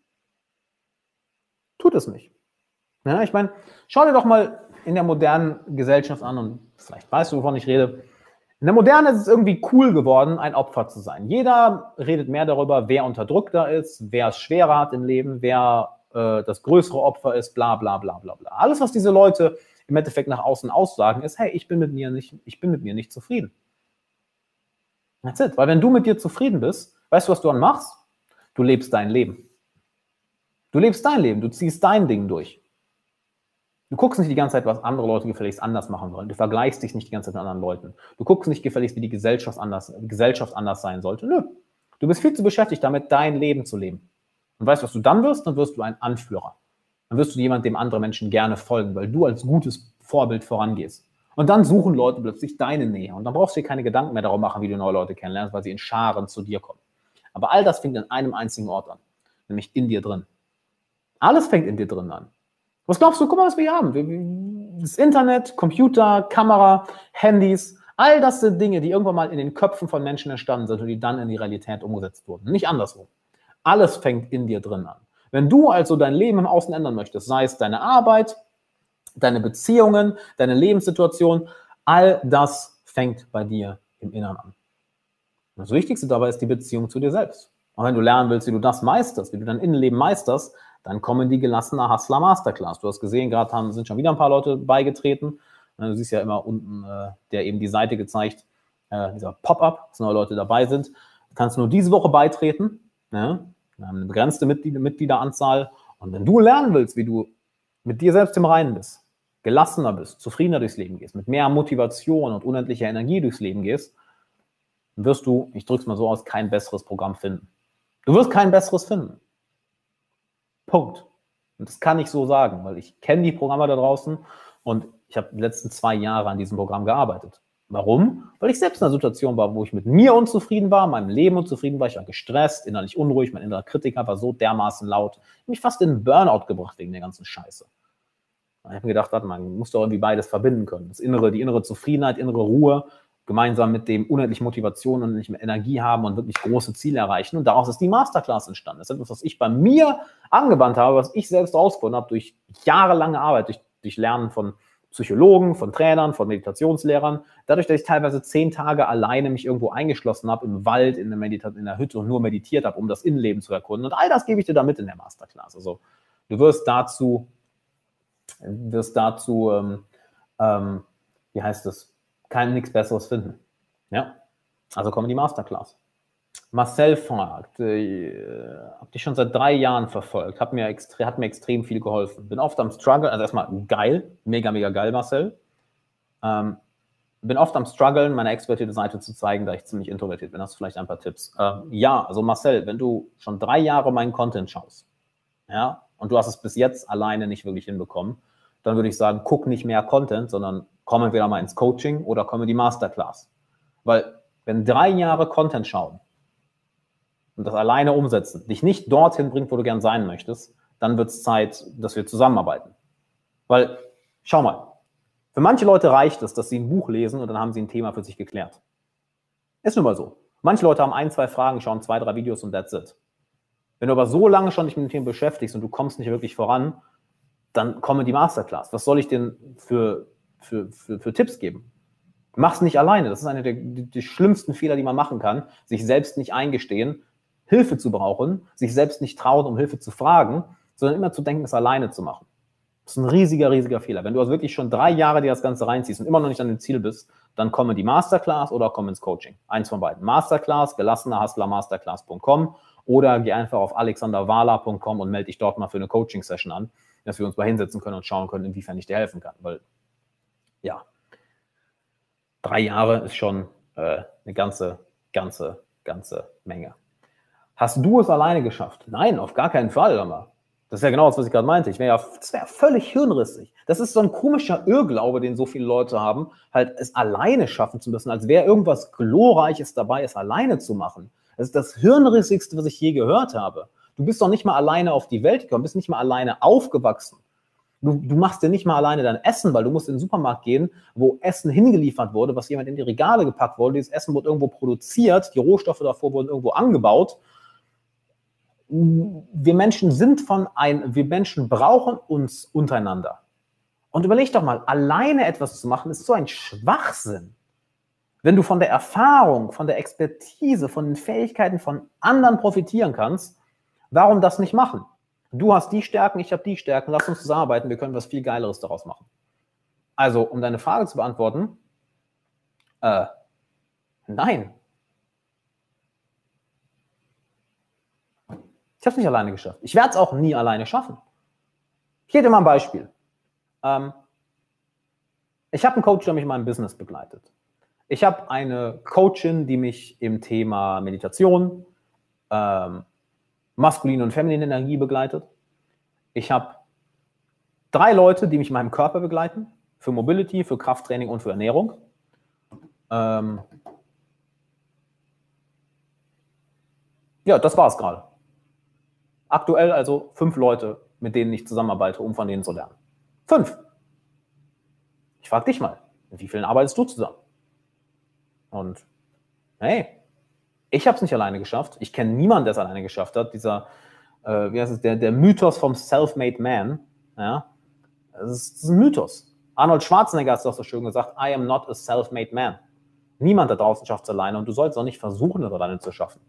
Tut es nicht. Ja, ich meine, schau dir doch mal in der modernen Gesellschaft an und vielleicht weißt du, wovon ich rede. In der Moderne ist es irgendwie cool geworden, ein Opfer zu sein. Jeder redet mehr darüber, wer unterdrückter ist, wer es schwerer hat im Leben, wer das größere Opfer ist, bla bla bla bla bla. Alles, was diese Leute im Endeffekt nach außen aussagen, ist, hey, ich bin mit mir nicht zufrieden. That's it. Weil wenn du mit dir zufrieden bist, weißt du, was du dann machst? Du lebst dein Leben. Du lebst dein Leben, du ziehst dein Ding durch. Du guckst nicht die ganze Zeit, was andere Leute gefälligst anders machen wollen. Du vergleichst dich nicht die ganze Zeit mit anderen Leuten. Du guckst nicht gefälligst, wie die Gesellschaft anders sein sollte. Nö. Du bist viel zu beschäftigt damit, dein Leben zu leben. Und weißt du, was du dann wirst? Dann wirst du ein Anführer. Dann wirst du jemand, dem andere Menschen gerne folgen, weil du als gutes Vorbild vorangehst. Und dann suchen Leute plötzlich deine Nähe. Und dann brauchst du dir keine Gedanken mehr darum machen, wie du neue Leute kennenlernst, weil sie in Scharen zu dir kommen. Aber all das fängt an einem einzigen Ort an, nämlich in dir drin. Alles fängt in dir drin an. Was glaubst du? Guck mal, was wir hier haben. Das Internet, Computer, Kamera, Handys, all das sind Dinge, die irgendwann mal in den Köpfen von Menschen entstanden sind und die dann in die Realität umgesetzt wurden. Nicht andersrum. Alles fängt in dir drin an. Wenn du also dein Leben im Außen ändern möchtest, sei es deine Arbeit, deine Beziehungen, deine Lebenssituation, all das fängt bei dir im Inneren an. Und das Wichtigste dabei ist die Beziehung zu dir selbst. Und wenn du lernen willst, wie du das meisterst, wie du dein Innenleben meisterst, dann kommen die gelassene Hustler Masterclass. Du hast gesehen, gerade sind schon wieder ein paar Leute beigetreten. Du siehst ja immer unten der eben die Seite gezeigt, dieser Pop-up, dass neue Leute dabei sind. Du kannst nur diese Woche beitreten. Ja? Wir haben eine begrenzte Mitgliederanzahl. Und wenn du lernen willst, wie du mit dir selbst im Reinen bist, gelassener bist, zufriedener durchs Leben gehst, mit mehr Motivation und unendlicher Energie durchs Leben gehst, dann wirst du, ich drücke es mal so aus, kein besseres Programm finden. Du wirst kein besseres finden. Punkt. Und das kann ich so sagen, weil ich kenne die Programme da draußen und ich habe die letzten 2 Jahre an diesem Programm gearbeitet. Warum? Weil ich selbst in einer Situation war, wo ich mit mir unzufrieden war, meinem Leben unzufrieden war, ich war gestresst, innerlich unruhig, mein innerer Kritiker war so dermaßen laut, mich fast in einen Burnout gebracht wegen der ganzen Scheiße. Ich habe mir gedacht, warte mal, man muss doch irgendwie beides verbinden können. Die innere Zufriedenheit, innere Ruhe, gemeinsam mit dem unendlich Motivation und unendlich Energie haben und wirklich große Ziele erreichen. Und daraus ist die Masterclass entstanden. Das ist etwas, was ich bei mir angewandt habe, was ich selbst rausgefunden habe durch jahrelange Arbeit, durch Lernen von Psychologen, von Trainern, von Meditationslehrern. Dadurch, dass ich teilweise 10 Tage alleine mich irgendwo eingeschlossen habe, im Wald, in der Hütte und nur meditiert habe, um das Innenleben zu erkunden. Und all das gebe ich dir da mit in der Masterclass. Also du wirst dazu wie heißt es, nichts Besseres finden. Ja, also komm in die Masterclass. Marcel fragt, hab dich schon seit 3 Jahren verfolgt, hat mir extrem viel geholfen. Bin oft am Struggle, also erstmal geil, mega, mega geil, Marcel. Bin oft am Struggeln, meine extrovertierte Seite zu zeigen, da ich ziemlich introvertiert bin. Hast du vielleicht ein paar Tipps? Ja, also Marcel, wenn du schon 3 Jahre meinen Content schaust, ja, und du hast es bis jetzt alleine nicht wirklich hinbekommen, dann würde ich sagen, guck nicht mehr Content, sondern komm entweder mal ins Coaching oder komm in die Masterclass. Weil wenn 3 Jahre Content schauen und das alleine umsetzen, dich nicht dorthin bringt, wo du gern sein möchtest, dann wird es Zeit, dass wir zusammenarbeiten. Weil, schau mal, für manche Leute reicht es, dass sie ein Buch lesen und dann haben sie ein Thema für sich geklärt. Ist nun mal so. Manche Leute haben 1, 2 Fragen, schauen 2, 3 Videos und that's it. Wenn du aber so lange schon dich mit dem Thema beschäftigst und du kommst nicht wirklich voran, dann komm in die Masterclass. Was soll ich denn für Tipps geben? Mach's nicht alleine. Das ist einer der schlimmsten Fehler, die man machen kann. Sich selbst nicht eingestehen, Hilfe zu brauchen, sich selbst nicht trauen, um Hilfe zu fragen, sondern immer zu denken, es alleine zu machen. Das ist ein riesiger, riesiger Fehler. Wenn du also wirklich schon 3 Jahre dir das Ganze reinziehst und immer noch nicht an dem Ziel bist, dann komm in die Masterclass oder komm ins Coaching. Eins von beiden. Masterclass, gelassenerhustlermasterclass.com oder geh einfach auf alexanderwahler.com und melde dich dort mal für eine Coaching-Session an, dass wir uns mal hinsetzen können und schauen können, inwiefern ich dir helfen kann. Weil, ja, 3 Jahre ist schon eine ganze Menge. Hast du es alleine geschafft? Nein, auf gar keinen Fall. Das ist ja genau das, was ich gerade meinte. Das wäre völlig hirnrissig. Das ist so ein komischer Irrglaube, den so viele Leute haben, halt es alleine schaffen zu müssen, als wäre irgendwas Glorreiches dabei, es alleine zu machen. Das ist das Hirnrissigste, was ich je gehört habe. Du bist doch nicht mal alleine auf die Welt gekommen, bist nicht mal alleine aufgewachsen. Du machst dir nicht mal alleine dein Essen, weil du musst in den Supermarkt gehen, wo Essen hingeliefert wurde, was jemand in die Regale gepackt wurde. Dieses Essen wurde irgendwo produziert, die Rohstoffe davor wurden irgendwo angebaut. Wir Menschen brauchen uns untereinander. Und überleg doch mal, alleine etwas zu machen, ist so ein Schwachsinn. Wenn du von der Erfahrung, von der Expertise, von den Fähigkeiten von anderen profitieren kannst, warum das nicht machen? Du hast die Stärken, ich habe die Stärken, lass uns zusammenarbeiten, wir können was viel Geileres daraus machen. Also, um deine Frage zu beantworten, nein. Ich habe es nicht alleine geschafft. Ich werde es auch nie alleine schaffen. Ich gebe dir mal ein Beispiel. Ich habe einen Coach, der mich in meinem Business begleitet. Ich habe eine Coachin, die mich im Thema Meditation, maskuline und feminine Energie begleitet. Ich habe 3 Leute, die mich in meinem Körper begleiten, für Mobility, für Krafttraining und für Ernährung. Ja, das war es gerade. Aktuell also 5 Leute, mit denen ich zusammenarbeite, um von denen zu lernen. 5. Ich frage dich mal, mit wie vielen arbeitest du zusammen? Und hey, ich habe es nicht alleine geschafft. Ich kenne niemanden, der es alleine geschafft hat. Dieser, der Mythos vom Self-Made Man. Ja, das ist ein Mythos. Arnold Schwarzenegger hat es doch so schön gesagt, I am not a self-made man. Niemand da draußen schafft es alleine und du sollst auch nicht versuchen, es alleine zu schaffen.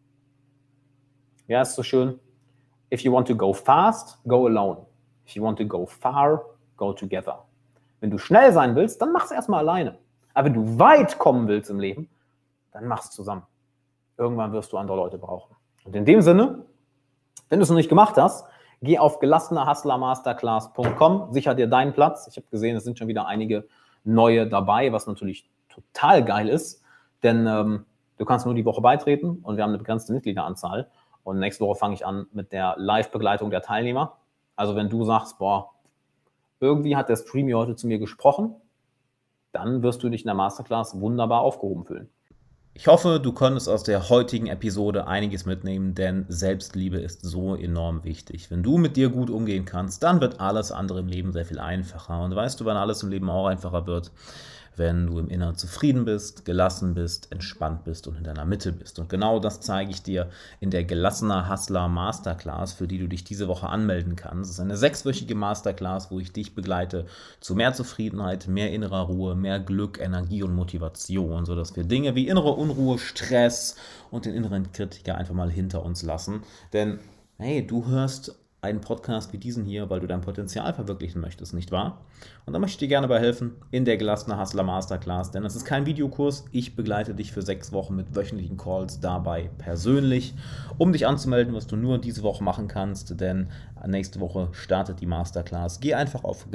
Ja, ist so schön. If you want to go fast, go alone. If you want to go far, go together. Wenn du schnell sein willst, dann mach es erstmal alleine. Aber wenn du weit kommen willst im Leben, dann mach es zusammen. Irgendwann wirst du andere Leute brauchen. Und in dem Sinne, wenn du es noch nicht gemacht hast, geh auf gelassenerhustlermasterclass.com, sicher dir deinen Platz. Ich habe gesehen, es sind schon wieder einige neue dabei, was natürlich total geil ist, denn du kannst nur die Woche beitreten und wir haben eine begrenzte Mitgliederanzahl. Und nächste Woche fange ich an mit der Live-Begleitung der Teilnehmer. Also wenn du sagst, boah, irgendwie hat der Stream hier heute zu mir gesprochen, dann wirst du dich in der Masterclass wunderbar aufgehoben fühlen. Ich hoffe, du konntest aus der heutigen Episode einiges mitnehmen, denn Selbstliebe ist so enorm wichtig. Wenn du mit dir gut umgehen kannst, dann wird alles andere im Leben sehr viel einfacher. Und weißt du, wann alles im Leben auch einfacher wird? Wenn du im Inneren zufrieden bist, gelassen bist, entspannt bist und in deiner Mitte bist. Und genau das zeige ich dir in der Gelassener Hustler Masterclass, für die du dich diese Woche anmelden kannst. Es ist eine 6-wöchige Masterclass, wo ich dich begleite zu mehr Zufriedenheit, mehr innerer Ruhe, mehr Glück, Energie und Motivation, sodass wir Dinge wie innere Unruhe, Stress und den inneren Kritiker einfach mal hinter uns lassen. Denn, hey, du hörst einen Podcast wie diesen hier, weil du dein Potenzial verwirklichen möchtest, nicht wahr? Und da möchte ich dir gerne bei helfen in der Gelassener Hustler Masterclass, denn es ist kein Videokurs. Ich begleite dich für 6 Wochen mit wöchentlichen Calls dabei persönlich, um dich anzumelden, was du nur diese Woche machen kannst, denn nächste Woche startet die Masterclass. Geh einfach auf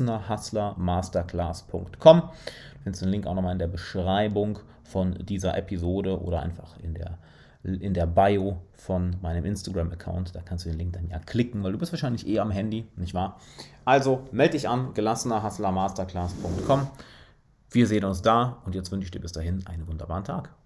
gelassenerhustlermasterclass.com. Du findest den Link auch nochmal in der Beschreibung von dieser Episode oder einfach in der Bio von meinem Instagram-Account. Da kannst du den Link dann ja klicken, weil du bist wahrscheinlich am Handy, nicht wahr? Also melde dich an, gelassenerhustlermasterclass.com. Wir sehen uns da und jetzt wünsche ich dir bis dahin einen wunderbaren Tag.